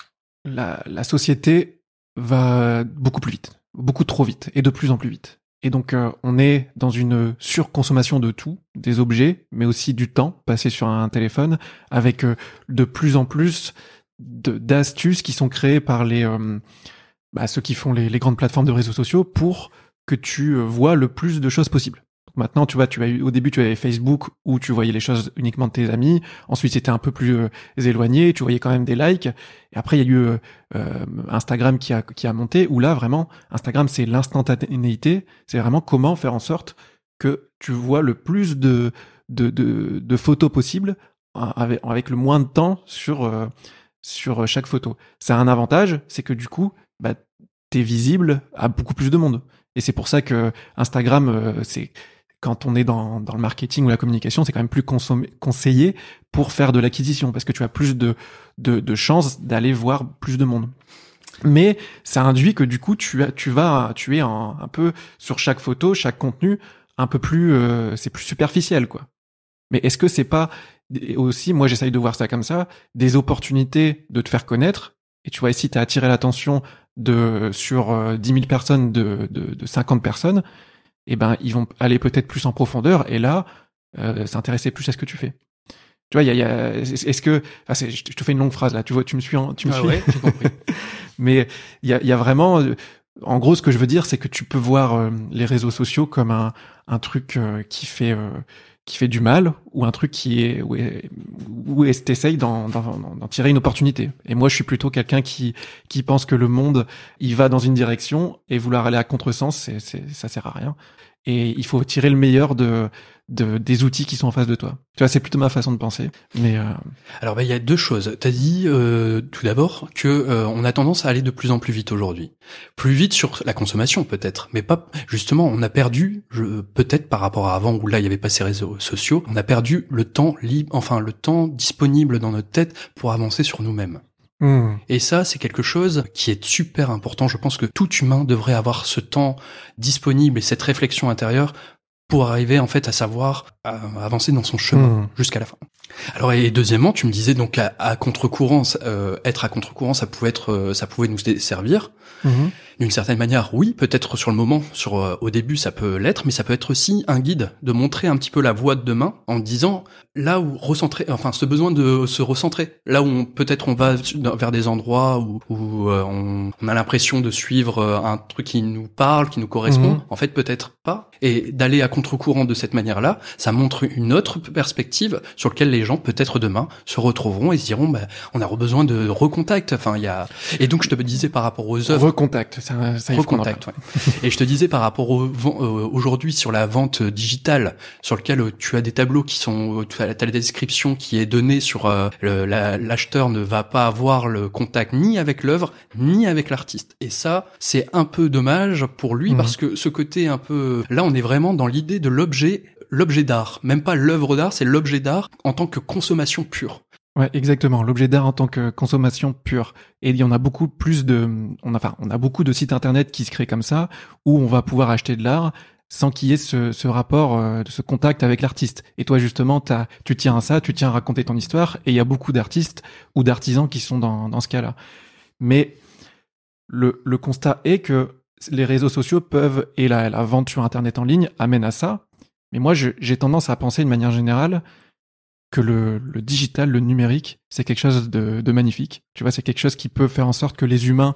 la, la société va beaucoup plus vite, beaucoup trop vite, et de plus en plus vite. Et donc euh, on est dans une surconsommation de tout, des objets, mais aussi du temps passé sur un téléphone, avec euh, de plus en plus de, d'astuces qui sont créées par les euh, bah, ceux qui font les, les grandes plateformes de réseaux sociaux pour que tu vois le plus de choses possibles. Donc maintenant, tu vois, tu as eu, au début, tu avais Facebook où tu voyais les choses uniquement de tes amis. Ensuite, c'était un peu plus euh, éloigné. Tu voyais quand même des likes. Et après, il y a eu euh, euh, Instagram qui a, qui a monté où là, vraiment, Instagram, c'est l'instantanéité. C'est vraiment comment faire en sorte que tu vois le plus de, de, de, de photos possibles avec, avec le moins de temps sur, euh, sur chaque photo. Ça a un avantage, c'est que du coup, bah, t'es visible à beaucoup plus de monde. Et c'est pour ça que Instagram, euh, c'est quand on est dans, dans le marketing ou la communication, c'est quand même plus consommé, conseillé pour faire de l'acquisition parce que tu as plus de, de, de chances d'aller voir plus de monde. Mais ça induit que du coup, tu as, tu vas, tu es un, un peu sur chaque photo, chaque contenu, un peu plus, euh, c'est plus superficiel, quoi. Mais est-ce que c'est pas aussi, moi j'essaye de voir ça comme ça, des opportunités de te faire connaître. Et tu vois, ici, tu as attiré l'attention de sur euh, dix mille personnes de, de, de cinquante personnes, et ben ils vont aller peut-être plus en profondeur et là euh, s'intéresser plus à ce que tu fais. Tu vois, il y a, y a est-ce que ah, c'est, je te fais une longue phrase là, tu vois, tu me suis, en, tu me ah suis. Ouais, j'ai compris. Mais il y a, y a vraiment, en gros, ce que je veux dire, c'est que tu peux voir euh, les réseaux sociaux comme un un truc euh, qui fait euh, qui fait du mal ou un truc qui est où, est, où est, t'essayes d'en, d'en, d'en tirer une opportunité. Et moi, je suis plutôt quelqu'un qui qui pense que le monde, il va dans une direction et vouloir aller à contresens, c'est, c'est ça sert à rien. Et il faut tirer le meilleur de, de des outils qui sont en face de toi. Tu vois, c'est plutôt ma façon de penser. Mais euh... alors, bah, il y a deux choses. T'as dit euh, tout d'abord que euh, on a tendance à aller de plus en plus vite aujourd'hui, plus vite sur la consommation peut-être, mais pas justement. On a perdu, je, peut-être par rapport à avant où là il y avait pas ces réseaux sociaux, on a perdu le temps libre, enfin le temps disponible dans notre tête pour avancer sur nous-mêmes. Mmh. Et ça, c'est quelque chose qui est super important. Je pense que tout humain devrait avoir ce temps disponible et cette réflexion intérieure pour arriver en fait à savoir à avancer dans son chemin mmh. jusqu'à la fin. Alors et deuxièmement, tu me disais donc à, à contre-courant, euh, être à contre-courant, ça pouvait être, euh, ça pouvait nous servir. Mmh. D'une certaine manière, oui, peut-être sur le moment, sur euh, au début, ça peut l'être, mais ça peut être aussi un guide de montrer un petit peu la voie de demain en disant là où recentrer, enfin ce besoin de se recentrer, là où on, peut-être on va vers des endroits où, où euh, on, on a l'impression de suivre euh, un truc qui nous parle, qui nous correspond, mmh. en fait peut-être pas, et d'aller à contre-courant de cette manière-là, ça montre une autre perspective sur laquelle les gens peut-être demain se retrouveront et se diront bah, on a besoin de recontact, enfin il y a, et donc je te disais par rapport aux œuvres, recontact, ça, ça recontact, ouais. Et je te disais par rapport au, euh, aujourd'hui sur la vente digitale, sur lequel euh, tu as des tableaux qui sont, tu as la description qui est donnée sur euh, le, la, l'acheteur ne va pas avoir le contact ni avec l'œuvre ni avec l'artiste. Et ça, c'est un peu dommage pour lui mmh. parce que ce côté un peu, là, on est vraiment dans l'idée de l'objet, l'objet d'art, même pas l'œuvre d'art, c'est l'objet d'art en tant que consommation pure. Ouais, exactement. L'objet d'art en tant que consommation pure. Et il y en a beaucoup plus de, on a, enfin, on a beaucoup de sites internet qui se créent comme ça, où on va pouvoir acheter de l'art sans qu'il y ait ce, ce rapport, euh, ce contact avec l'artiste. Et toi, justement, t'as, tu tiens à ça, tu tiens à raconter ton histoire, et il y a beaucoup d'artistes ou d'artisans qui sont dans, dans ce cas-là. Mais le, le constat est que les réseaux sociaux peuvent, et la, la vente sur Internet en ligne amène à ça. Mais moi, je, j'ai tendance à penser de manière générale que le, le digital, le numérique, c'est quelque chose de, de magnifique. Tu vois, c'est quelque chose qui peut faire en sorte que les humains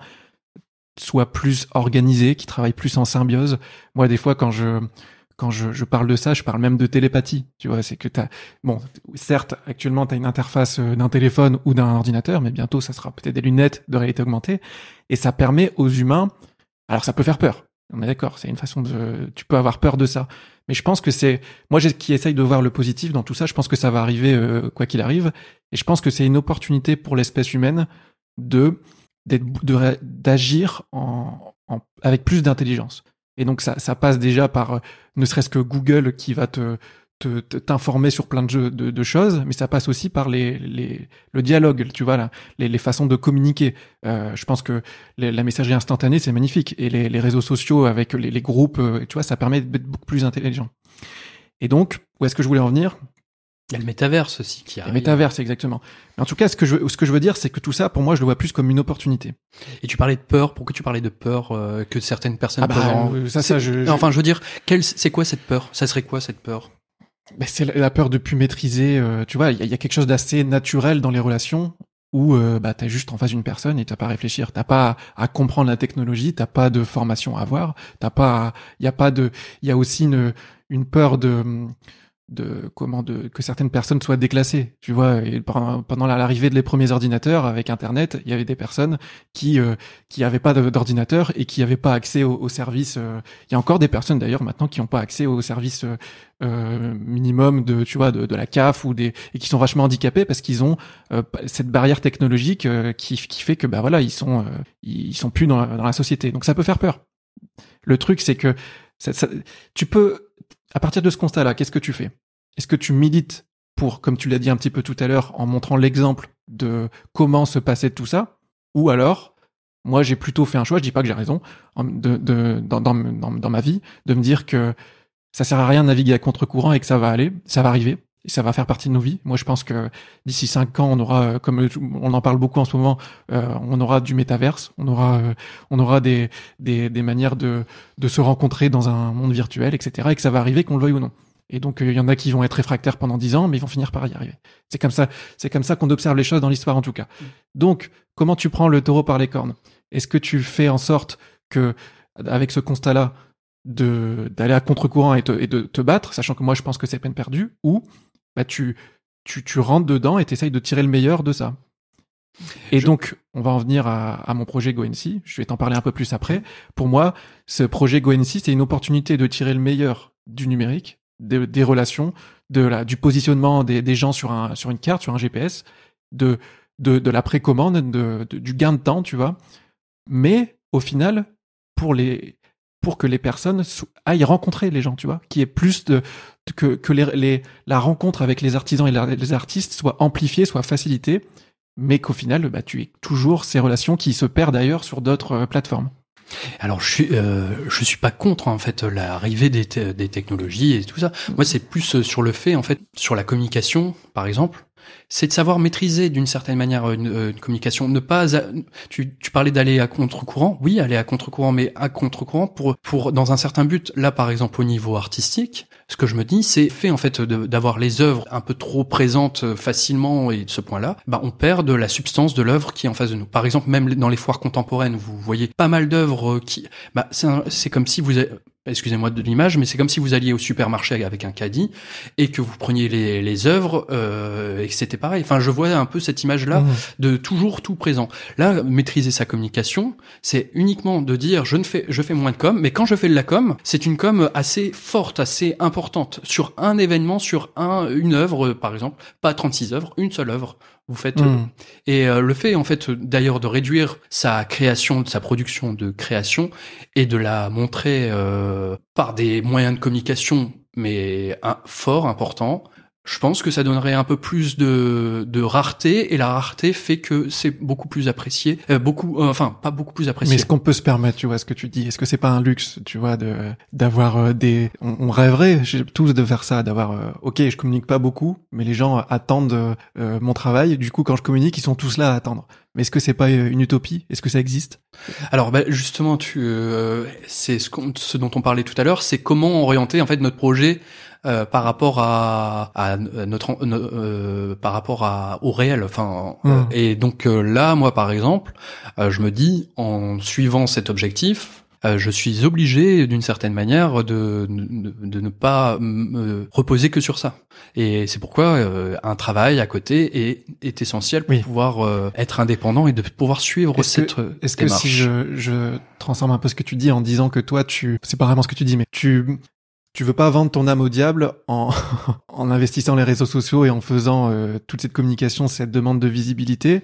soient plus organisés, qui travaillent plus en symbiose. Moi, des fois, quand je quand je, je parle de ça, je parle même de télépathie. Tu vois, c'est que t'as, bon, certes, actuellement, t'as une interface d'un téléphone ou d'un ordinateur, mais bientôt, ça sera peut-être des lunettes de réalité augmentée, et ça permet aux humains. Alors, ça peut faire peur. On est d'accord, c'est une façon de, tu peux avoir peur de ça. Mais je pense que c'est, moi qui essaye de voir le positif dans tout ça, je pense que ça va arriver euh, quoi qu'il arrive. Et je pense que c'est une opportunité pour l'espèce humaine de, d'être, de, d'agir en, en, avec plus d'intelligence. Et donc ça, ça passe déjà par, ne serait-ce que Google qui va te, te, te t'informer sur plein de, jeux, de, de choses, mais ça passe aussi par les, les, le dialogue, tu vois, là, les, les façons de communiquer. Euh, je pense que les, la messagerie instantanée, c'est magnifique. Et les, les réseaux sociaux avec les, les groupes, euh, tu vois, ça permet d'être beaucoup plus intelligent. Et donc, où est-ce que je voulais en venir ? Il y a le métaverse aussi qui arrive. Le métaverse, exactement. Mais en tout cas, ce que je, ce que je veux dire, c'est que tout ça, pour moi, je le vois plus comme une opportunité. Et tu parlais de peur. Pourquoi tu parlais de peur euh, que certaines personnes ah bah, peuvent en... euh, ça, ça, je, je... Enfin, je veux dire, quelle, c'est quoi cette peur ? Ça serait quoi cette peur ? Ben c'est la peur de plus maîtriser. Euh, tu vois, il y, y a quelque chose d'assez naturel dans les relations où euh, bah t'es juste en face d'une personne et t'as pas à réfléchir, t'as pas à, à comprendre la technologie, t'as pas de formation à avoir, t'as pas, il y a pas de, il y a aussi une une peur de de comment de que certaines personnes soient déclassées, tu vois. Et pendant l'arrivée de les premiers ordinateurs avec Internet, il y avait des personnes qui euh, qui avaient pas d'ordinateur et qui avaient pas accès aux, aux services. Euh, il y a encore des personnes d'ailleurs maintenant qui ont pas accès aux services euh, euh, minimum de tu vois de, de la C A F ou des et qui sont vachement handicapés parce qu'ils ont euh, cette barrière technologique euh, qui qui fait que bah voilà ils sont euh, ils sont plus dans la, dans la société. Donc ça peut faire peur. Le truc c'est que ça, ça, tu peux à partir de ce constat-là, qu'est-ce que tu fais ? Est-ce que tu milites pour, comme tu l'as dit un petit peu tout à l'heure, en montrant l'exemple de comment se passait tout ça ? Ou alors, moi, j'ai plutôt fait un choix, je dis pas que j'ai raison, de, de, dans, dans, dans, dans ma vie, de me dire que ça sert à rien de naviguer à contre-courant et que ça va aller, ça va arriver, et ça va faire partie de nos vies. Moi, je pense que d'ici cinq ans, on aura, comme on en parle beaucoup en ce moment, euh, on aura du métaverse, on aura, euh, on aura des, des, des manières de, de se rencontrer dans un monde virtuel, et cetera, et que ça va arriver, qu'on le veuille ou non. Et donc, il euh, y en a qui vont être réfractaires pendant dix ans, mais ils vont finir par y arriver. C'est comme ça, c'est comme ça qu'on observe les choses dans l'histoire, en tout cas. Donc, comment tu prends le taureau par les cornes ? Est-ce que tu fais en sorte que, avec ce constat-là, de, d'aller à contre-courant et, te, et de te battre, sachant que moi, je pense que c'est peine perdue, ou bah tu, tu, tu rentres dedans et t'essayes de tirer le meilleur de ça. Et je... donc, on va en venir à, à mon projet GoNC. Je vais t'en parler un peu plus après. Pour moi, ce projet GoNC, c'est une opportunité de tirer le meilleur du numérique, des, des relations, de la, du positionnement des, des gens sur, un, sur une carte, sur un G P S, de, de, de la précommande, de, de, du gain de temps, tu vois. Mais au final, pour les... pour que les personnes aillent rencontrer les gens, tu vois, qu'il y ait plus de que que les, les la rencontre avec les artisans et les artistes soit amplifiée, soit facilitée, mais qu'au final, bah tu aies toujours ces relations qui se perdent d'ailleurs sur d'autres euh, plateformes. Alors je suis euh, je suis pas contre en fait l'arrivée des te- des technologies et tout ça. Moi c'est plus sur le fait en fait sur la communication par exemple. c'est de savoir maîtriser d'une certaine manière une, une communication. Ne pas, a, tu, tu parlais d'aller à contre-courant. Oui, aller à contre-courant, mais à contre-courant pour, pour dans un certain but. Là, par exemple, au niveau artistique, ce que je me dis, c'est fait en fait de, d'avoir les œuvres un peu trop présentes facilement et de ce point-là, bah on perd de la substance de l'œuvre qui est en face de nous. Par exemple, même dans les foires contemporaines, vous voyez pas mal d'œuvres qui, bah c'est, un, c'est comme si vous avez, excusez-moi de l'image, mais c'est comme si vous alliez au supermarché avec un caddie et que vous preniez les, les œuvres euh, et que c'était pareil. Enfin, je vois un peu cette image-là mmh. de toujours tout présent. Là, maîtriser sa communication, c'est uniquement de dire je ne fais, je fais moins de com, mais quand je fais de la com, c'est une com assez forte, assez importante sur un événement, sur un une œuvre, par exemple, pas trente-six œuvres, une seule œuvre. Vous faites mmh. euh, et euh, le fait en fait d'ailleurs de réduire sa création, sa production de création et de la montrer euh, par des moyens de communication mais un, fort, important. Je pense que ça donnerait un peu plus de, de rareté, et la rareté fait que c'est beaucoup plus apprécié, euh, beaucoup, euh, enfin pas beaucoup plus apprécié. Mais est-ce qu'on peut se permettre, tu vois, ce que tu dis, est-ce que c'est pas un luxe, tu vois, de d'avoir euh, des, on, on rêverait tous de faire ça, d'avoir, euh, ok, je communique pas beaucoup, mais les gens attendent euh, mon travail, du coup quand je communique, ils sont tous là à attendre. Mais est-ce que c'est pas une utopie? Est-ce que ça existe? Alors, bah, justement, tu, euh, c'est ce, qu'on, ce dont on parlait tout à l'heure, c'est comment orienter en fait notre projet euh, par rapport à, à notre, euh, par rapport à au réel. Enfin, mmh. euh, et donc euh, là, moi, par exemple, euh, je me dis, en suivant cet objectif, Euh, je suis obligé, d'une certaine manière, de, de, de ne pas me reposer que sur ça. Et c'est pourquoi euh, un travail à côté est, est essentiel pour oui. pouvoir euh, être indépendant et de pouvoir suivre est-ce cette que, est-ce démarche. Que si je, je transforme un peu ce que tu dis en disant que toi, tu, c'est pas vraiment ce que tu dis, mais tu, tu veux pas vendre ton âme au diable en, en investissant les réseaux sociaux et en faisant euh, toute cette communication, cette demande de visibilité.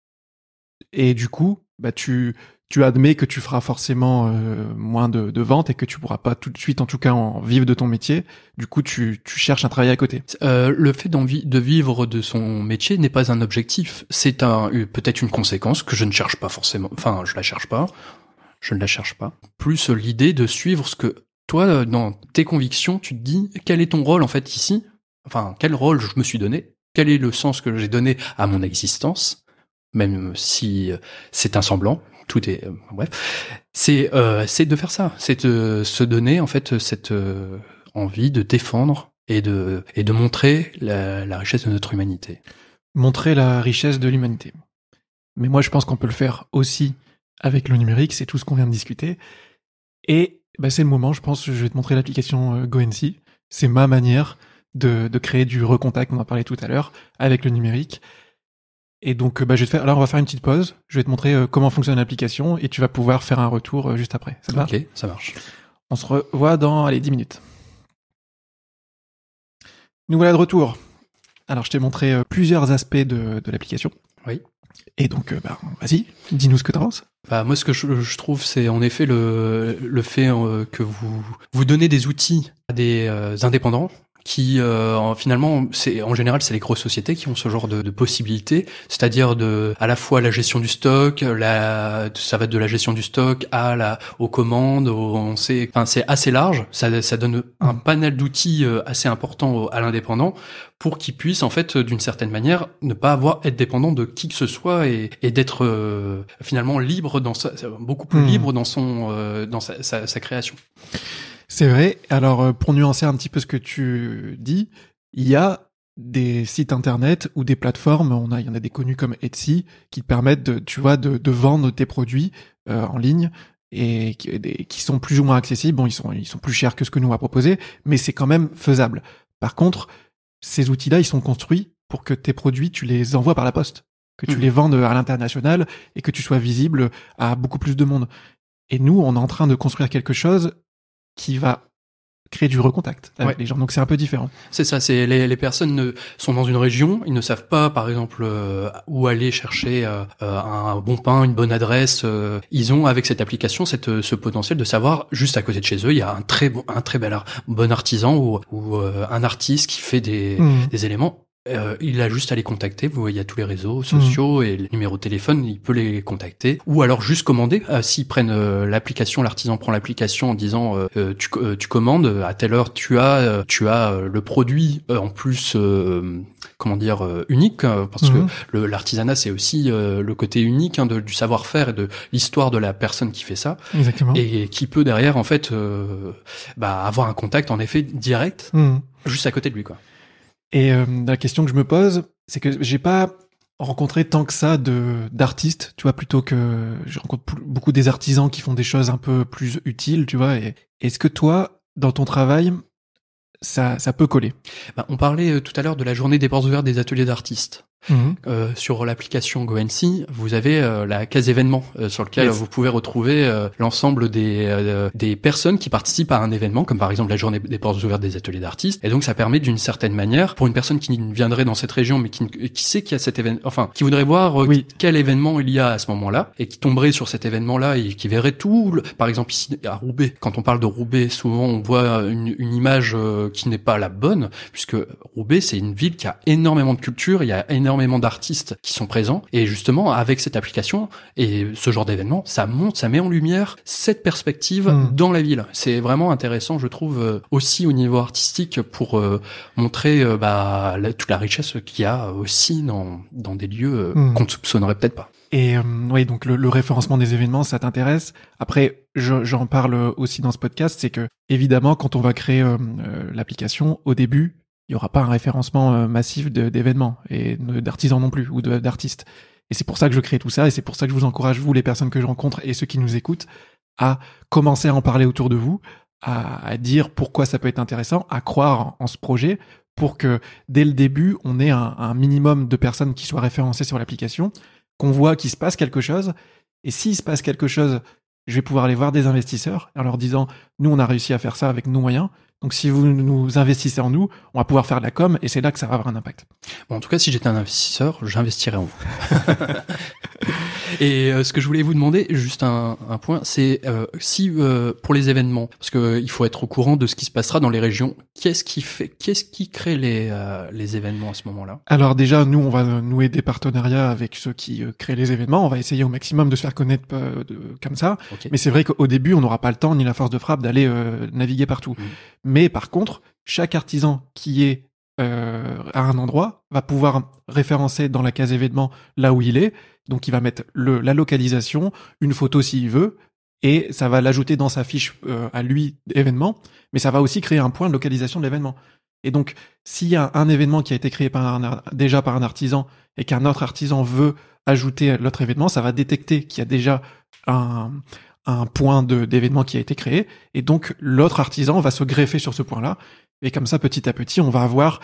Et du coup, bah tu tu admets que tu feras forcément euh, moins de, de ventes et que tu pourras pas tout de suite, en tout cas, en vivre de ton métier. Du coup, tu, tu cherches un travail à côté. Euh, le fait d'envie de vivre de son métier n'est pas un objectif. C'est un peut-être une conséquence que je ne cherche pas forcément. Enfin, je la cherche pas. Je ne la cherche pas. Plus l'idée de suivre ce que toi, dans tes convictions, tu te dis quel est ton rôle en fait ici. Enfin, quel rôle je me suis donné. Quel est le sens que j'ai donné à mon existence, même si c'est un semblant. Tout est euh, bref, c'est euh, c'est de faire ça, c'est de se donner en fait cette euh, envie de défendre et de et de montrer la, la richesse de notre humanité. Montrer la richesse de l'humanité. Mais moi, je pense qu'on peut le faire aussi avec le numérique. C'est tout ce qu'on vient de discuter. Et bah, c'est le moment. Je pense. Je vais te montrer l'application euh, GoNC. C'est ma manière de de créer du recontact. On en parlait tout à l'heure avec le numérique. Et donc, bah, je vais te faire. Alors, on va faire une petite pause. Je vais te montrer euh, comment fonctionne l'application et tu vas pouvoir faire un retour euh, juste après. Ça te va ? Ok, ça marche. On se revoit dans, allez, dix minutes. Nous voilà de retour. Alors, je t'ai montré euh, plusieurs aspects de, de l'application. Oui. Et donc, euh, bah, vas-y, dis-nous ce que t'en penses. Bah, moi, ce que je, je trouve, c'est en effet le, le fait euh, que vous, vous donnez des outils à des euh, indépendants. Qui euh, finalement, c'est en général, c'est les grosses sociétés qui ont ce genre de, de possibilités, c'est-à-dire de à la fois la gestion du stock, la ça va de la gestion du stock à la aux commandes, aux, on sait, enfin c'est assez large, ça ça donne un panel d'outils assez important à l'indépendant pour qu'il puisse en fait d'une certaine manière ne pas avoir être dépendant de qui que ce soit et, et d'être euh, finalement libre dans sa, beaucoup plus mmh. libre dans son euh, dans sa, sa, sa création. C'est vrai. Alors, pour nuancer un petit peu ce que tu dis, il y a des sites internet ou des plateformes, on a, il y en a des connus comme Etsy, qui te permettent de, tu vois, de, de vendre tes produits euh, en ligne et qui, des, qui sont plus ou moins accessibles. Bon, ils sont, ils sont plus chers que ce que nous on va proposer, mais c'est quand même faisable. Par contre, ces outils-là, ils sont construits pour que tes produits, tu les envoies par la poste, que tu mmh. les vendes à l'international et que tu sois visible à beaucoup plus de monde. Et nous, on est en train de construire quelque chose qui va créer du recontact avec ouais. les gens. Donc c'est un peu différent. C'est ça, c'est les, les personnes ne, sont dans une région, ils ne savent pas, par exemple, euh, où aller chercher euh, un bon pain, une bonne adresse. Euh, ils ont, avec cette application, cette, ce potentiel de savoir, juste à côté de chez eux, il y a un très bon, un très bel art, bon artisan ou, ou euh, un artiste qui fait des, mmh. des éléments. Euh, il a juste à les contacter. Vous voyez, il y a tous les réseaux sociaux mmh. et le numéro de téléphone, il peut les contacter. Ou alors juste commander. Euh, s'ils prennent euh, l'application, l'artisan prend l'application en disant euh, tu, euh, tu commandes à telle heure, tu as euh, tu as euh, le produit euh, en plus. Euh, comment dire euh, unique, parce mmh. que le, l'artisanat c'est aussi euh, le côté unique hein, de, du savoir-faire et de l'histoire de la personne qui fait ça. Exactement. Et qui peut derrière en fait euh, bah, avoir un contact en effet direct mmh. juste à côté de lui quoi. Et euh, la question que je me pose, c'est que j'ai pas rencontré tant que ça de d'artistes, tu vois, plutôt que je rencontre beaucoup des artisans qui font des choses un peu plus utiles, tu vois. Et est-ce que toi, dans ton travail, ça ça peut coller? Bah, on parlait tout à l'heure de la journée des portes ouvertes des ateliers d'artistes. Mmh. Euh, sur l'application GoNC, vous avez euh, la case événements euh, sur lequel yes. vous pouvez retrouver euh, l'ensemble des euh, des personnes qui participent à un événement, comme par exemple la journée des portes ouvertes des ateliers d'artistes. Et donc ça permet d'une certaine manière, pour une personne qui viendrait dans cette région mais qui qui sait qu'il y a cet événement, enfin qui voudrait voir euh, oui. quel événement il y a à ce moment-là et qui tomberait sur cet événement-là et qui verrait tout, le... par exemple ici à Roubaix. Quand on parle de Roubaix, souvent on voit une, une image euh, qui n'est pas la bonne, puisque Roubaix c'est une ville qui a énormément de culture, il y a énormément énormément d'artistes qui sont présents et justement avec cette application et ce genre d'événement ça monte, ça met en lumière cette perspective mmh. dans la ville. C'est vraiment intéressant je trouve euh, aussi au niveau artistique pour euh, montrer euh, bah, la, toute la richesse qu'il y a aussi dans, dans des lieux euh, mmh. qu'on ne soupçonnerait peut-être pas. Et euh, oui, donc le, le référencement des événements, ça t'intéresse. Après, je, j'en parle aussi dans ce podcast, c'est que évidemment quand on va créer euh, euh, l'application, au début il y aura pas un référencement euh, massif de, d'événements et de, d'artisans non plus ou de, d'artistes. Et c'est pour ça que je crée tout ça et c'est pour ça que je vous encourage, vous les personnes que je rencontre et ceux qui nous écoutent, à commencer à en parler autour de vous, à, à dire pourquoi ça peut être intéressant, à croire en, en ce projet pour que dès le début, on ait un, un minimum de personnes qui soient référencées sur l'application, qu'on voit qu'il se passe quelque chose. Et s'il se passe quelque chose, je vais pouvoir aller voir des investisseurs en leur disant « Nous, on a réussi à faire ça avec nos moyens. Donc si vous nous investissez en nous, on va pouvoir faire de la com et c'est là que ça va avoir un impact. » Bon, en tout cas, si j'étais un investisseur, j'investirais en vous. Et euh, ce que je voulais vous demander, juste un, un point, c'est euh, si euh, pour les événements, parce que euh, il faut être au courant de ce qui se passera dans les régions. Qu'est-ce qui fait, qu'est-ce qui crée les euh, les événements à ce moment-là? Alors déjà, nous, on va nouer des partenariats avec ceux qui euh, créent les événements. On va essayer au maximum de se faire connaître euh, de, comme ça. Okay. Mais c'est vrai qu'au début, on n'aura pas le temps ni la force de frappe d'aller euh, naviguer partout. Mmh. Mais par contre, chaque artisan qui est euh, à un endroit va pouvoir référencer dans la case événement là où il est. Donc il va mettre le, la localisation, une photo s'il veut, et ça va l'ajouter dans sa fiche euh, à lui événement, mais ça va aussi créer un point de localisation de l'événement. Et donc s'il y a un événement qui a été créé par un, déjà par un artisan et qu'un autre artisan veut ajouter l'autre événement, ça va détecter qu'il y a déjà un, un point de, d'événement qui a été créé, et donc l'autre artisan va se greffer sur ce point-là, et comme ça petit à petit on va avoir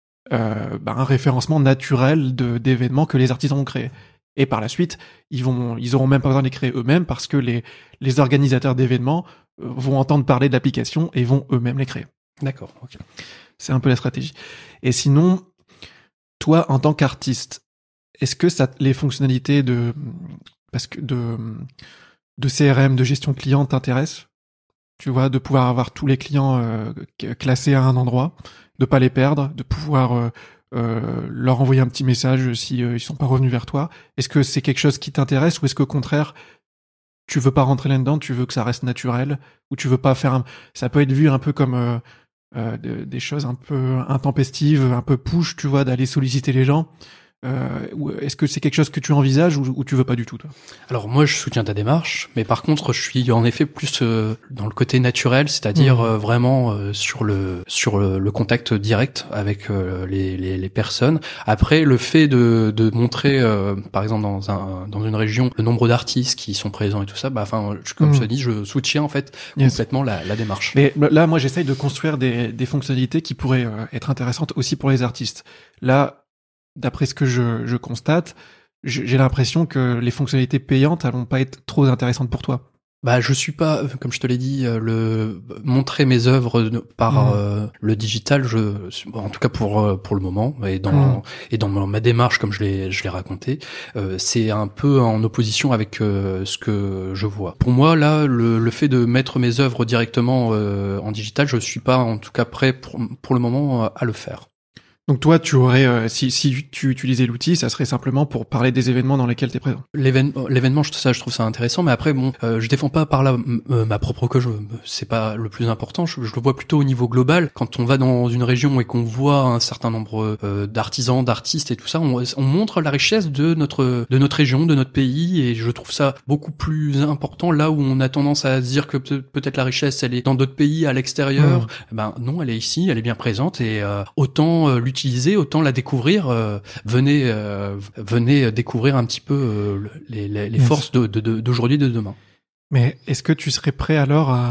euh, bah, un référencement naturel de, d'événements que les artisans ont créés. Et par la suite, ils vont, ils auront même pas besoin de les créer eux-mêmes parce que les, les organisateurs d'événements vont entendre parler de l'application et vont eux-mêmes les créer. D'accord. Okay. C'est un peu la stratégie. Et sinon, toi, en tant qu'artiste, est-ce que ça, les fonctionnalités de, parce que de, de C R M, de gestion client t'intéressent? Tu vois, de pouvoir avoir tous les clients euh, classés à un endroit, de pas les perdre, de pouvoir euh, Euh, leur envoyer un petit message si euh, ils sont pas revenus vers toi. Est-ce que c'est quelque chose qui t'intéresse ou est-ce qu'au contraire tu veux pas rentrer là-dedans, tu veux que ça reste naturel ou tu veux pas faire un... ça peut être vu un peu comme euh, euh, de, des choses un peu intempestives, un peu push, tu vois, d'aller solliciter les gens. Euh, est-ce que c'est quelque chose que tu envisages ou, ou tu veux pas du tout, toi? Alors moi, je soutiens ta démarche, mais par contre, je suis en effet plus euh, dans le côté naturel, c'est-à-dire mmh. euh, vraiment euh, sur le sur le, le contact direct avec euh, les, les les personnes. Après, le fait de de montrer, euh, par exemple dans un dans une région, le nombre d'artistes qui sont présents et tout ça, bah enfin, comme mmh. je te dis, je soutiens en fait yes. complètement la, la démarche. Mais là, moi, j'essaye de construire des des fonctionnalités qui pourraient euh, être intéressantes aussi pour les artistes. Là. D'après ce que je, je constate, j'ai l'impression que les fonctionnalités payantes elles vont pas être trop intéressantes pour toi. Bah, je suis pas, comme je te l'ai dit, le montrer mes œuvres par mmh. euh, le digital. Je, en tout cas pour pour le moment, et dans mmh. et dans ma démarche, comme je l'ai je l'ai raconté, euh, c'est un peu en opposition avec euh, ce que je vois. Pour moi, là, le, le fait de mettre mes œuvres directement euh, en digital, je suis pas, en tout cas, prêt pour pour le moment à le faire. Donc toi, tu aurais, euh, si, si tu utilisais l'outil, ça serait simplement pour parler des événements dans lesquels tu es présent. L'événement, l'événement, ça, je trouve ça intéressant, mais après, bon, euh, je défends pas par là euh, ma propre cause, c'est pas le plus important. Je, je le vois plutôt au niveau global. Quand on va dans une région et qu'on voit un certain nombre euh, d'artisans, d'artistes et tout ça, on, on montre la richesse de notre de notre région, de notre pays, et je trouve ça beaucoup plus important là où on a tendance à se dire que peut-être la richesse, elle est dans d'autres pays, à l'extérieur. Mmh. Ben non, elle est ici, elle est bien présente, et euh, autant euh, l'utiliser utiliser, autant la découvrir. Euh, venez, euh, venez découvrir un petit peu euh, les, les, les forces de, de, de, d'aujourd'hui et de demain. Mais est-ce que tu serais prêt alors à,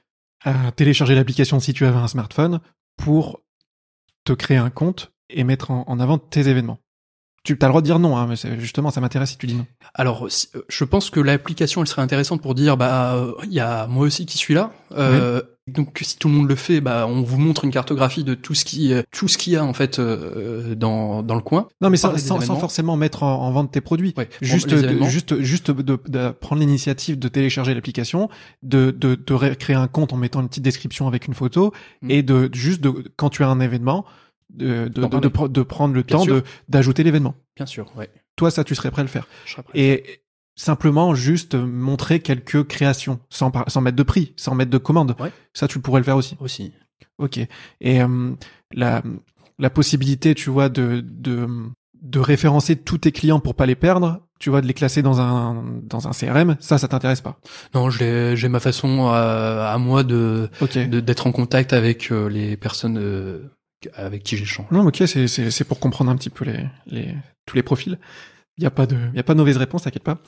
à télécharger l'application si tu avais un smartphone pour te créer un compte et mettre en, en avant tes événements? Tu as le droit de dire non, hein, mais c'est, justement, ça m'intéresse si tu dis non. Alors, je pense que l'application, elle serait intéressante pour dire, bah, il y a moi aussi qui suis là. Euh, oui. Donc, si tout le monde le fait, bah, on vous montre une cartographie de tout ce qui, tout ce qu'il y a en fait euh, dans dans le coin. Non, mais sans, sans, sans forcément mettre en, en vente tes produits. Ouais. Juste, bon, de, juste, juste de, de, de prendre l'initiative de télécharger l'application, de, de, de créer un compte en mettant une petite description avec une photo, mmh. et de juste de quand tu as un événement. De, de, de, de, de prendre le Bien temps de, d'ajouter l'événement. Bien sûr, ouais. Toi, ça, tu serais prêt à le faire. Je serais prêt. Et simplement, juste montrer quelques créations, sans, sans mettre de prix, sans mettre de commande. Ouais. Ça, tu pourrais le faire aussi. Aussi. Ok. Et euh, la, la possibilité, tu vois, de, de, de référencer tous tes clients pour pas les perdre, tu vois, de les classer dans un, dans un C R M, ça, ça t'intéresse pas? Non, j'ai, j'ai ma façon à, à moi de, okay. de, d'être en contact avec euh, les personnes euh, avec qui j'échange. Non, ok, c'est, c'est, c'est pour comprendre un petit peu les, les, tous les profils. Il y a pas de, il y a pas de mauvaise réponse, t'inquiète pas.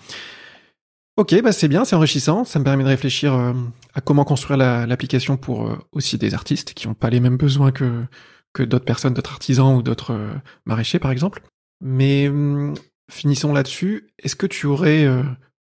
Ok, bah c'est bien, c'est enrichissant. Ça me permet de réfléchir euh, à comment construire la, l'application pour euh, aussi des artistes qui ont pas les mêmes besoins que, que d'autres personnes, d'autres artisans ou d'autres euh, maraîchers, par exemple. Mais hum, finissons là-dessus. Est-ce que tu aurais euh,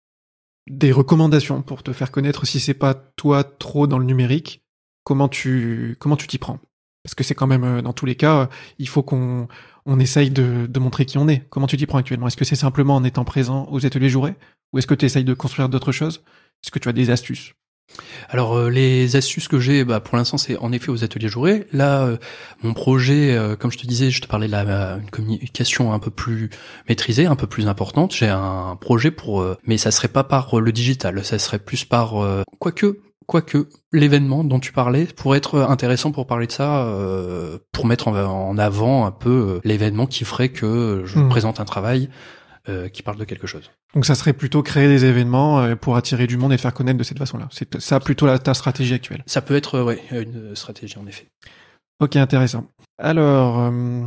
des recommandations pour te faire connaître si c'est pas toi trop dans le numérique? Comment tu, comment tu t'y prends? Parce que c'est quand même, dans tous les cas, il faut qu'on on essaye de, de montrer qui on est. Comment tu t'y prends actuellement? Est-ce que c'est simplement en étant présent aux ateliers Jouret? Ou est-ce que tu essayes de construire d'autres choses? Est-ce que tu as des astuces? Alors euh, les astuces que j'ai, bah, pour l'instant, c'est en effet aux ateliers Jouret. Là, euh, mon projet, euh, comme je te disais, je te parlais de la euh, une communication un peu plus maîtrisée, un peu plus importante. J'ai un projet pour, euh, mais ça serait pas par euh, le digital, ça serait plus par, euh, quoique. Quoique, l'événement dont tu parlais pourrait être intéressant pour parler de ça, euh, pour mettre en, en avant un peu euh, l'événement qui ferait que je mmh. présente un travail euh, qui parle de quelque chose. Donc ça serait plutôt créer des événements euh, pour attirer du monde et te faire connaître de cette façon-là. C'est ça plutôt la, ta stratégie actuelle. Ça peut être, euh, ouais, une stratégie en effet. Ok, intéressant. Alors, euh,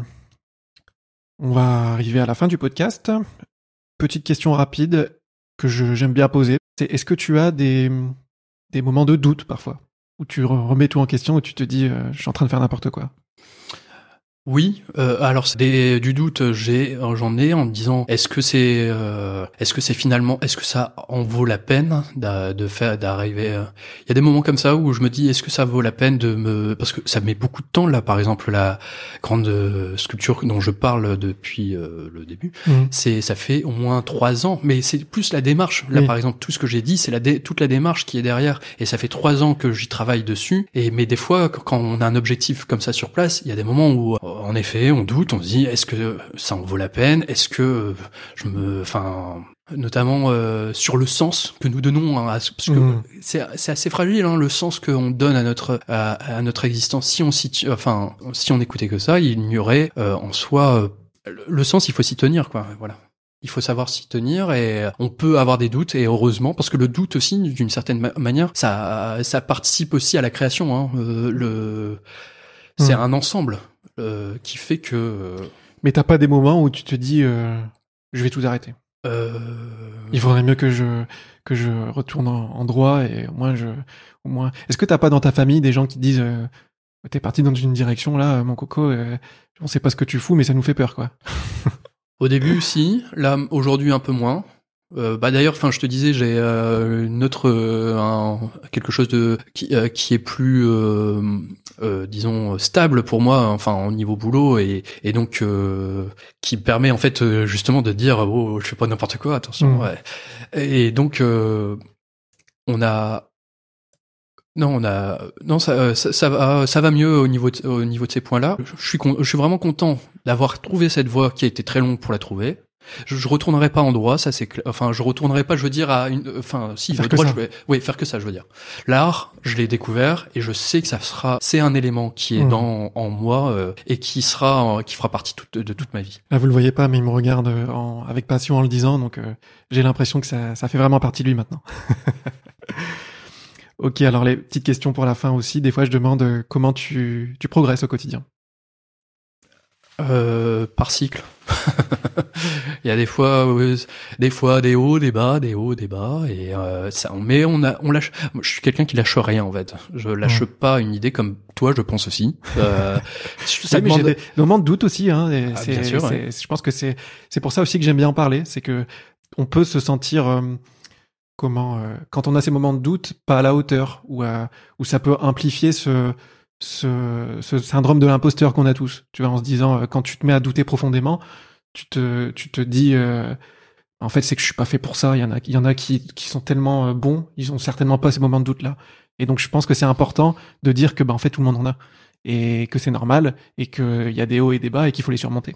on va arriver à la fin du podcast. Petite question rapide que je, j'aime bien poser. C'est, est-ce que tu as des... des moments de doute parfois, où tu remets tout en question, où tu te dis euh, je suis en train de faire n'importe quoi? Oui, euh, alors c'est des, du doute, j'ai, j'en ai en me disant est-ce que c'est, euh, est-ce que c'est finalement, est-ce que ça en vaut la peine de, de faire, d'arriver. Euh... Il y a des moments comme ça où je me dis est-ce que ça vaut la peine de me, parce que ça met beaucoup de temps là, par exemple la grande sculpture dont je parle depuis euh, le début, mmh. c'est, ça fait au moins trois ans, mais c'est plus la démarche. Là, oui. Par exemple, tout ce que j'ai dit, c'est la dé, toute la démarche qui est derrière, et ça fait trois ans que j'y travaille dessus. Et mais des fois, quand on a un objectif comme ça sur place, il y a des moments où en effet, on doute, on se dit est-ce que ça en vaut la peine? Est-ce que je me, enfin, notamment euh, sur le sens que nous donnons, hein, parce que mmh. c'est, c'est assez fragile, hein, le sens qu'on donne à notre à, à notre existence. Si on s'y, enfin, si on écoutait que ça, il n'y aurait euh, en soi euh, le sens. Il faut s'y tenir, quoi. Voilà. Il faut savoir s'y tenir, et on peut avoir des doutes, et heureusement, parce que le doute aussi, d'une certaine ma- manière, ça, ça participe aussi à la création. Hein. Euh, le, c'est mmh. un ensemble. Euh, qui fait que... Euh... Mais t'as pas des moments où tu te dis euh, je vais tout arrêter? Euh... Il faudrait mieux que je que je retourne en, en droit, et au moins je au moins. Est-ce que t'as pas dans ta famille des gens qui disent euh, t'es parti dans une direction là, mon coco, euh, on sait pas ce que tu fous, mais ça nous fait peur, quoi? Au début, si. Là, aujourd'hui, un peu moins. Euh, bah d'ailleurs, enfin, je te disais, j'ai euh, une autre, euh, un, quelque chose de qui, euh, qui est plus, euh, euh, disons, stable pour moi, enfin, au niveau boulot, et, et donc euh, qui permet en fait euh, justement de dire, oh, je fais pas n'importe quoi, attention. Mmh. Ouais. Et donc, euh, on a Non, on a non ça, ça ça va ça va mieux au niveau de, au niveau de ces points-là. Je suis con, je suis vraiment content d'avoir trouvé cette voie qui a été très longue pour la trouver. Je, je retournerai pas en droit, ça c'est clair. Enfin, je retournerai pas, je veux dire à une enfin si faire le que droit ça. je vais oui, faire que ça, je veux dire. L'art, je l'ai découvert et je sais que ça sera c'est un élément qui est mmh. dans en moi euh, et qui sera qui fera partie toute, de toute ma vie. Là, vous le voyez pas, mais il me regarde en, avec passion en le disant, donc euh, j'ai l'impression que ça ça fait vraiment partie de lui maintenant. Ok, alors les petites questions pour la fin aussi. Des fois, je demande euh, comment tu, tu progresses au quotidien. Euh, par cycle. Il y a des fois, euh, des fois des hauts, des bas, des hauts, des bas, et euh, ça. Mais on a, on lâche. Moi, je suis quelqu'un qui lâche rien en fait. Je lâche mmh. pas une idée comme toi, je pense aussi. Euh, ça oui, demande... mais j'ai des moments de doute aussi. Hein, et ah, c'est, bien sûr. C'est, ouais. Je pense que c'est, c'est pour ça aussi que j'aime bien en parler. C'est que on peut se sentir euh, comment euh, quand on a ces moments de doute, pas à la hauteur, ou euh, où ça peut amplifier ce ce, ce syndrome de l'imposteur qu'on a tous. Tu vois, en se disant euh, quand tu te mets à douter profondément, tu te tu te dis euh, en fait c'est que je suis pas fait pour ça. Il y en a il y en a qui qui sont tellement euh, bons, ils ont certainement pas ces moments de doute là. Et donc je pense que c'est important de dire que ben en fait tout le monde en a et que c'est normal et que il y a des hauts et des bas et qu'il faut les surmonter.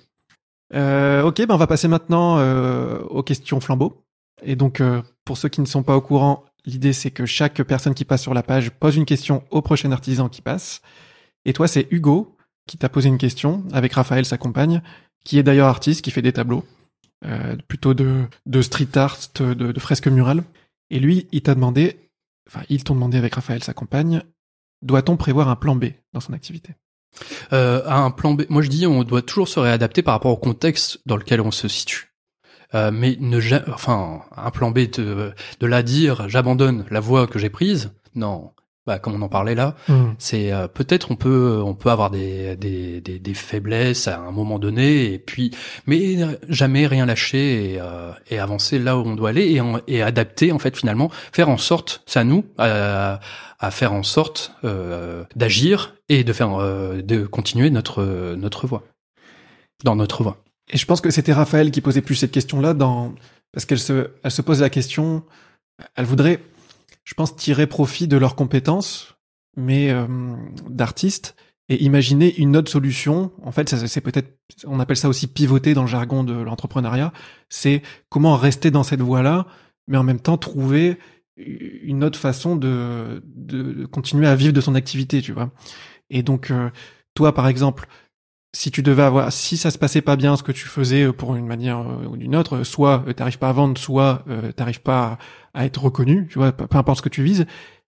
Euh, ok, ben on va passer maintenant euh, aux questions flambeaux. Et donc, euh, pour ceux qui ne sont pas au courant, l'idée c'est que chaque personne qui passe sur la page pose une question au prochain artisan qui passe. Et toi, c'est Hugo qui t'a posé une question, avec Raphaël, sa compagne, qui est d'ailleurs artiste, qui fait des tableaux, euh, plutôt de, de street art, de, de fresques murales. Et lui, il t'a demandé, enfin, ils t'ont demandé avec Raphaël, sa compagne, doit-on prévoir un plan B dans son activité ? Euh, un plan B, moi je dis on doit toujours se réadapter par rapport au contexte dans lequel on se situe. Euh, mais ne ja- enfin un plan B de de la dire j'abandonne la voie que j'ai prise, non. Bah comme on en parlait là, mmh. c'est euh, peut-être on peut on peut avoir des, des des des faiblesses à un moment donné et puis mais jamais rien lâcher et euh, et avancer là où on doit aller et en, et adapter en fait finalement, faire en sorte, c'est à nous à, à faire en sorte euh, d'agir et de faire euh, de continuer notre notre voie dans notre voie. Et je pense que c'était Raphaël qui posait plus cette question-là dans parce qu'elle se elle se pose la question, elle voudrait, je pense, tirer profit de leurs compétences, mais euh, d'artistes, et imaginer une autre solution. En fait, ça, c'est peut-être, on appelle ça aussi pivoter dans le jargon de l'entrepreneuriat. C'est comment rester dans cette voie-là, mais en même temps trouver une autre façon de, de continuer à vivre de son activité, tu vois. Et donc, euh, toi, par exemple, si tu devais avoir, si ça se passait pas bien ce que tu faisais pour une manière ou d'une autre, soit euh, t'arrives pas à vendre, soit euh, t'arrives pas à, à être reconnu, tu vois, peu, peu importe ce que tu vises,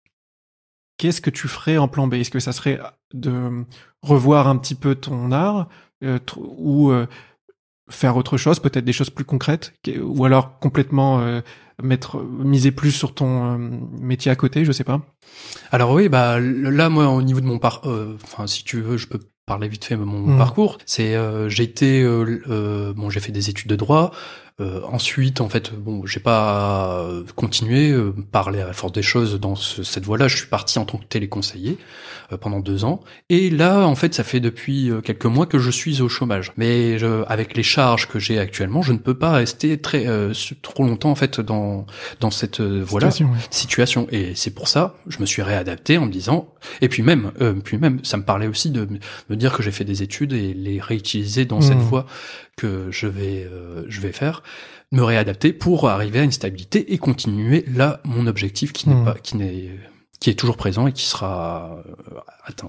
qu'est-ce que tu ferais en plan B ? Est-ce que ça serait de revoir un petit peu ton art euh, t- ou euh, faire autre chose, peut-être des choses plus concrètes, ou alors complètement euh, mettre miser plus sur ton euh, métier à côté, je sais pas. Alors oui, bah là moi au niveau de mon parcours, euh, enfin si tu veux, je peux parler vite fait de mon mmh. parcours. C'est euh, j'ai été euh, euh, bon, j'ai fait des études de droit. Euh, ensuite, en fait, bon, j'ai pas continué euh, par la force des choses dans ce, cette voie-là. Je suis parti en tant que téléconseiller euh, pendant deux ans. Et là, en fait, ça fait depuis euh, quelques mois que je suis au chômage. Mais je, avec les charges que j'ai actuellement, je ne peux pas rester très euh, trop longtemps en fait dans dans cette euh, voie-là situation, ouais. situation. Et c'est pour ça, je me suis réadapté en me disant. Et puis même, euh, puis même, ça me parlait aussi de me dire que j'ai fait des études et les réutiliser dans mmh. cette voie que je vais euh, je vais faire, me réadapter pour arriver à une stabilité et continuer là mon objectif qui n'est mmh. pas qui n'est qui est toujours présent et qui sera euh, atteint.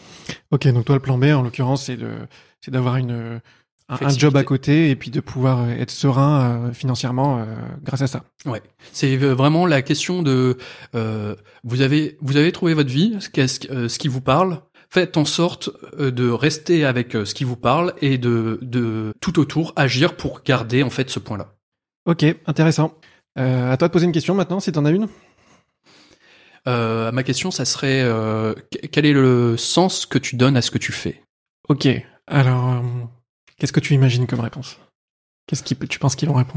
Ok, donc toi le plan B en l'occurrence c'est de c'est d'avoir une un, un job à côté et puis de pouvoir être serein euh, financièrement euh, grâce à ça. Ouais, c'est vraiment la question de euh, vous avez vous avez trouvé votre vie, ce qu'est-ce euh, ce qui vous parle. Faites en sorte de rester avec ce qui vous parle et de, de tout autour agir pour garder en fait ce point-là. Ok, intéressant. Euh, à toi de poser une question maintenant, si t'en as une. Euh, ma question, ça serait euh, quel est le sens que tu donnes à ce que tu fais ? Ok, alors euh, qu'est-ce que tu imagines comme réponse ? Qu'est-ce que tu penses qu'ils vont répondre ?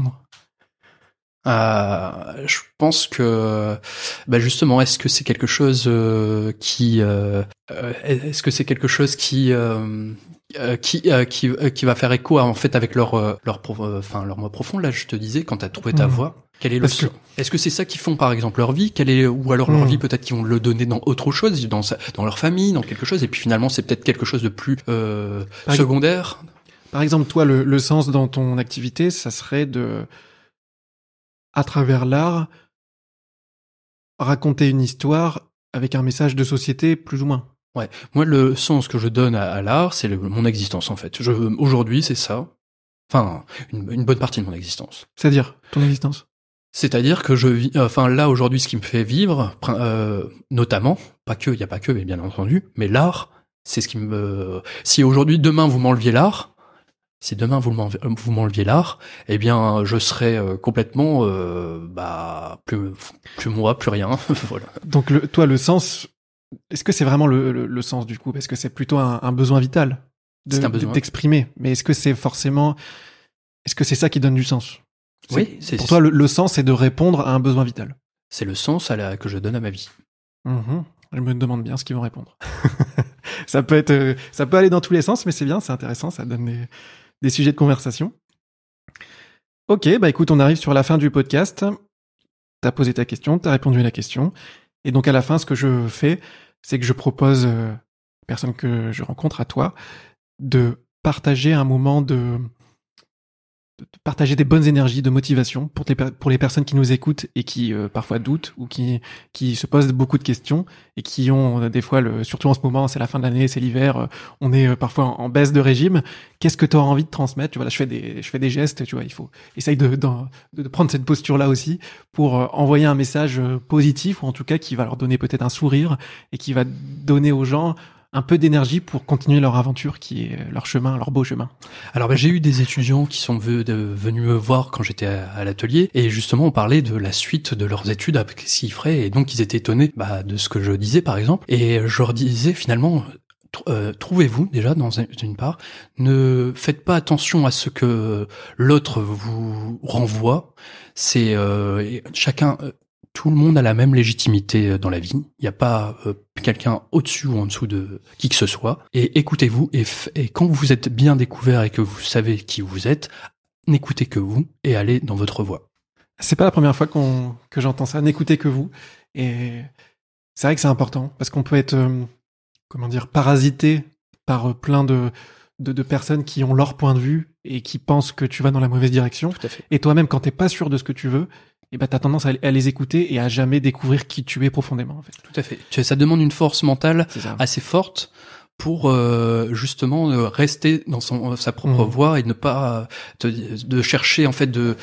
Euh, je pense que, bah justement, est-ce que c'est quelque chose euh, qui, euh, est-ce que c'est quelque chose qui, euh, euh, qui euh, qui euh, qui va faire écho en fait avec leur euh, leur enfin euh, leur moi profond. Là, je te disais, quand t'as trouvé ta mmh. voix, quel est le que... est-ce que c'est ça qu'ils font par exemple leur vie, quelle est ou alors mmh. leur vie peut-être qu'ils vont le donner dans autre chose, dans sa, dans leur famille, dans quelque chose, et puis finalement c'est peut-être quelque chose de plus euh, par secondaire. Exemple, par exemple, toi, le, le sens dans ton activité, ça serait de, à travers l'art, raconter une histoire avec un message de société plus ou moins. Ouais, moi le sens que je donne à, à l'art, c'est le, mon existence en fait. Je, aujourd'hui, c'est ça. Enfin, une, une bonne partie de mon existence. C'est-à-dire ton existence. C'est-à-dire que je vis. Enfin là aujourd'hui, ce qui me fait vivre, euh, notamment, pas que, il y a pas que, mais bien entendu, mais l'art, c'est ce qui me. Si aujourd'hui, demain, vous m'enleviez l'art. Si demain vous m'enleviez, vous m'enleviez l'art, eh bien, je serais euh, complètement, euh, bah, plus, plus moi, plus rien. Voilà. Donc, le, toi, le sens, est-ce que c'est vraiment le, le, le sens du coup ? Parce que c'est plutôt un, un besoin vital de, c'est un besoin. de t'exprimer. Mais est-ce que c'est forcément, est-ce que c'est ça qui donne du sens ? C'est, oui. C'est, pour toi, le, le sens, c'est de répondre à un besoin vital. C'est le sens à la, que je donne à ma vie. Mmh. Je me demande bien ce qu'ils vont répondre. ça peut être, ça peut aller dans tous les sens, mais c'est bien, c'est intéressant, ça donne des des sujets de conversation. Ok, bah écoute, on arrive sur la fin du podcast. T'as posé ta question, t'as répondu à la question. Et donc à la fin, ce que je fais, c'est que je propose euh, aux personnes que je rencontre, à toi, de partager un moment de... de partager des bonnes énergies, de motivation pour les, pour les personnes qui nous écoutent et qui euh, parfois doutent ou qui, qui se posent beaucoup de questions et qui ont euh, des fois, le, surtout en ce moment, c'est la fin de l'année, c'est l'hiver, euh, on est euh, parfois en, en baisse de régime. Qu'est-ce que tu as envie de transmettre ? Tu vois, là, je fais des, je fais des gestes, tu vois, il faut essayer de, de, de prendre cette posture-là aussi pour euh, envoyer un message euh, positif ou en tout cas qui va leur donner peut-être un sourire et qui va donner aux gens un peu d'énergie pour continuer leur aventure qui est leur chemin, leur beau chemin. Alors bah, j'ai eu des étudiants qui sont venus me voir quand j'étais à, à l'atelier et justement on parlait de la suite de leurs études, à ce qu'ils feraient, et donc ils étaient étonnés bah, de ce que je disais par exemple, et je leur disais finalement tr- euh, trouvez-vous déjà dans une part, ne faites pas attention à ce que l'autre vous renvoie, c'est euh, chacun... Euh, tout le monde a la même légitimité dans la vie. Il n'y a pas euh, quelqu'un au-dessus ou en dessous de qui que ce soit. Et écoutez-vous. Et, f- et quand vous êtes bien découvert et que vous savez qui vous êtes, n'écoutez que vous et allez dans votre voie. C'est pas la première fois qu'on, que j'entends ça. N'écoutez que vous. Et c'est vrai que c'est important parce qu'on peut être, euh, comment dire, parasité par euh, plein de, de, de personnes qui ont leur point de vue et qui pensent que tu vas dans la mauvaise direction. Tout à fait. Et toi-même, quand t'es pas sûr de ce que tu veux, et ben, t'as tendance à, à les écouter et à jamais découvrir qui tu es profondément, en fait. Tout à fait. Ça demande une force mentale assez forte pour euh, justement euh, rester dans son sa propre mmh. voie et ne pas te, de chercher en fait de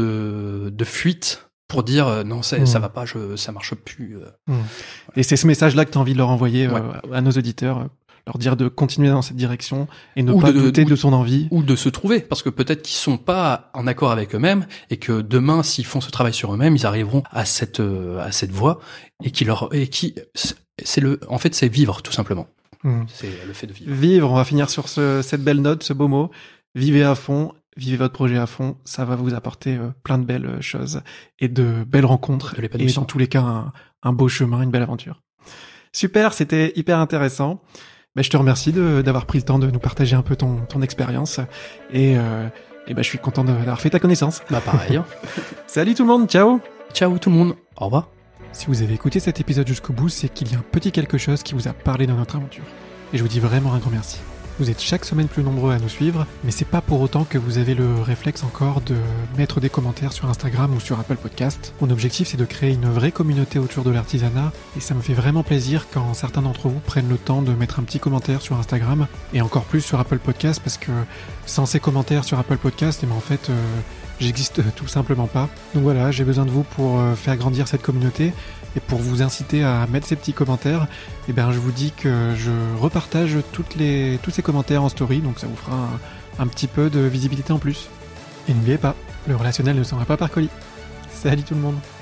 de de fuite pour dire euh, non ça mmh. ça va pas, je ça marche plus. Euh. Mmh. Et c'est ce message-là que t'as envie de leur envoyer ouais. euh, à nos auditeurs. Leur dire de continuer dans cette direction et ne ou pas de, douter de, de son envie. Ou de se trouver, parce que peut-être qu'ils sont pas en accord avec eux-mêmes et que demain, s'ils font ce travail sur eux-mêmes, ils arriveront à cette euh, à cette voie et qui leur et qui c'est le en fait c'est vivre tout simplement. Mmh. C'est le fait de vivre. Vivre. On va finir sur ce, cette belle note, ce beau mot. Vivez à fond. Vivez votre projet à fond. Ça va vous apporter euh, plein de belles choses et de belles rencontres. De et dans tous les cas, un, un beau chemin, une belle aventure. Super. C'était hyper intéressant. Ben, je te remercie de, d'avoir pris le temps de nous partager un peu ton, ton expérience et, euh, et ben, je suis content de, d'avoir fait ta connaissance. Bah pareil. Salut tout le monde, ciao. Ciao tout le monde, au revoir. Si vous avez écouté cet épisode jusqu'au bout, c'est qu'il y a un petit quelque chose qui vous a parlé dans notre aventure. Et je vous dis vraiment un grand merci. Vous êtes chaque semaine plus nombreux à nous suivre, mais c'est pas pour autant que vous avez le réflexe encore de mettre des commentaires sur Instagram ou sur Apple Podcast. Mon objectif, c'est de créer une vraie communauté autour de l'artisanat, et ça me fait vraiment plaisir quand certains d'entre vous prennent le temps de mettre un petit commentaire sur Instagram, et encore plus sur Apple Podcast, parce que sans ces commentaires sur Apple Podcast, eh ben en fait, euh, j'existe tout simplement pas. Donc voilà, j'ai besoin de vous pour euh, faire grandir cette communauté, et pour vous inciter à mettre ces petits commentaires, eh ben je vous dis que je repartage toutes les, tous ces commentaires en story, donc ça vous fera un, un petit peu de visibilité en plus. Et n'oubliez pas, le relationnel ne s'en va pas par colis. Salut tout le monde.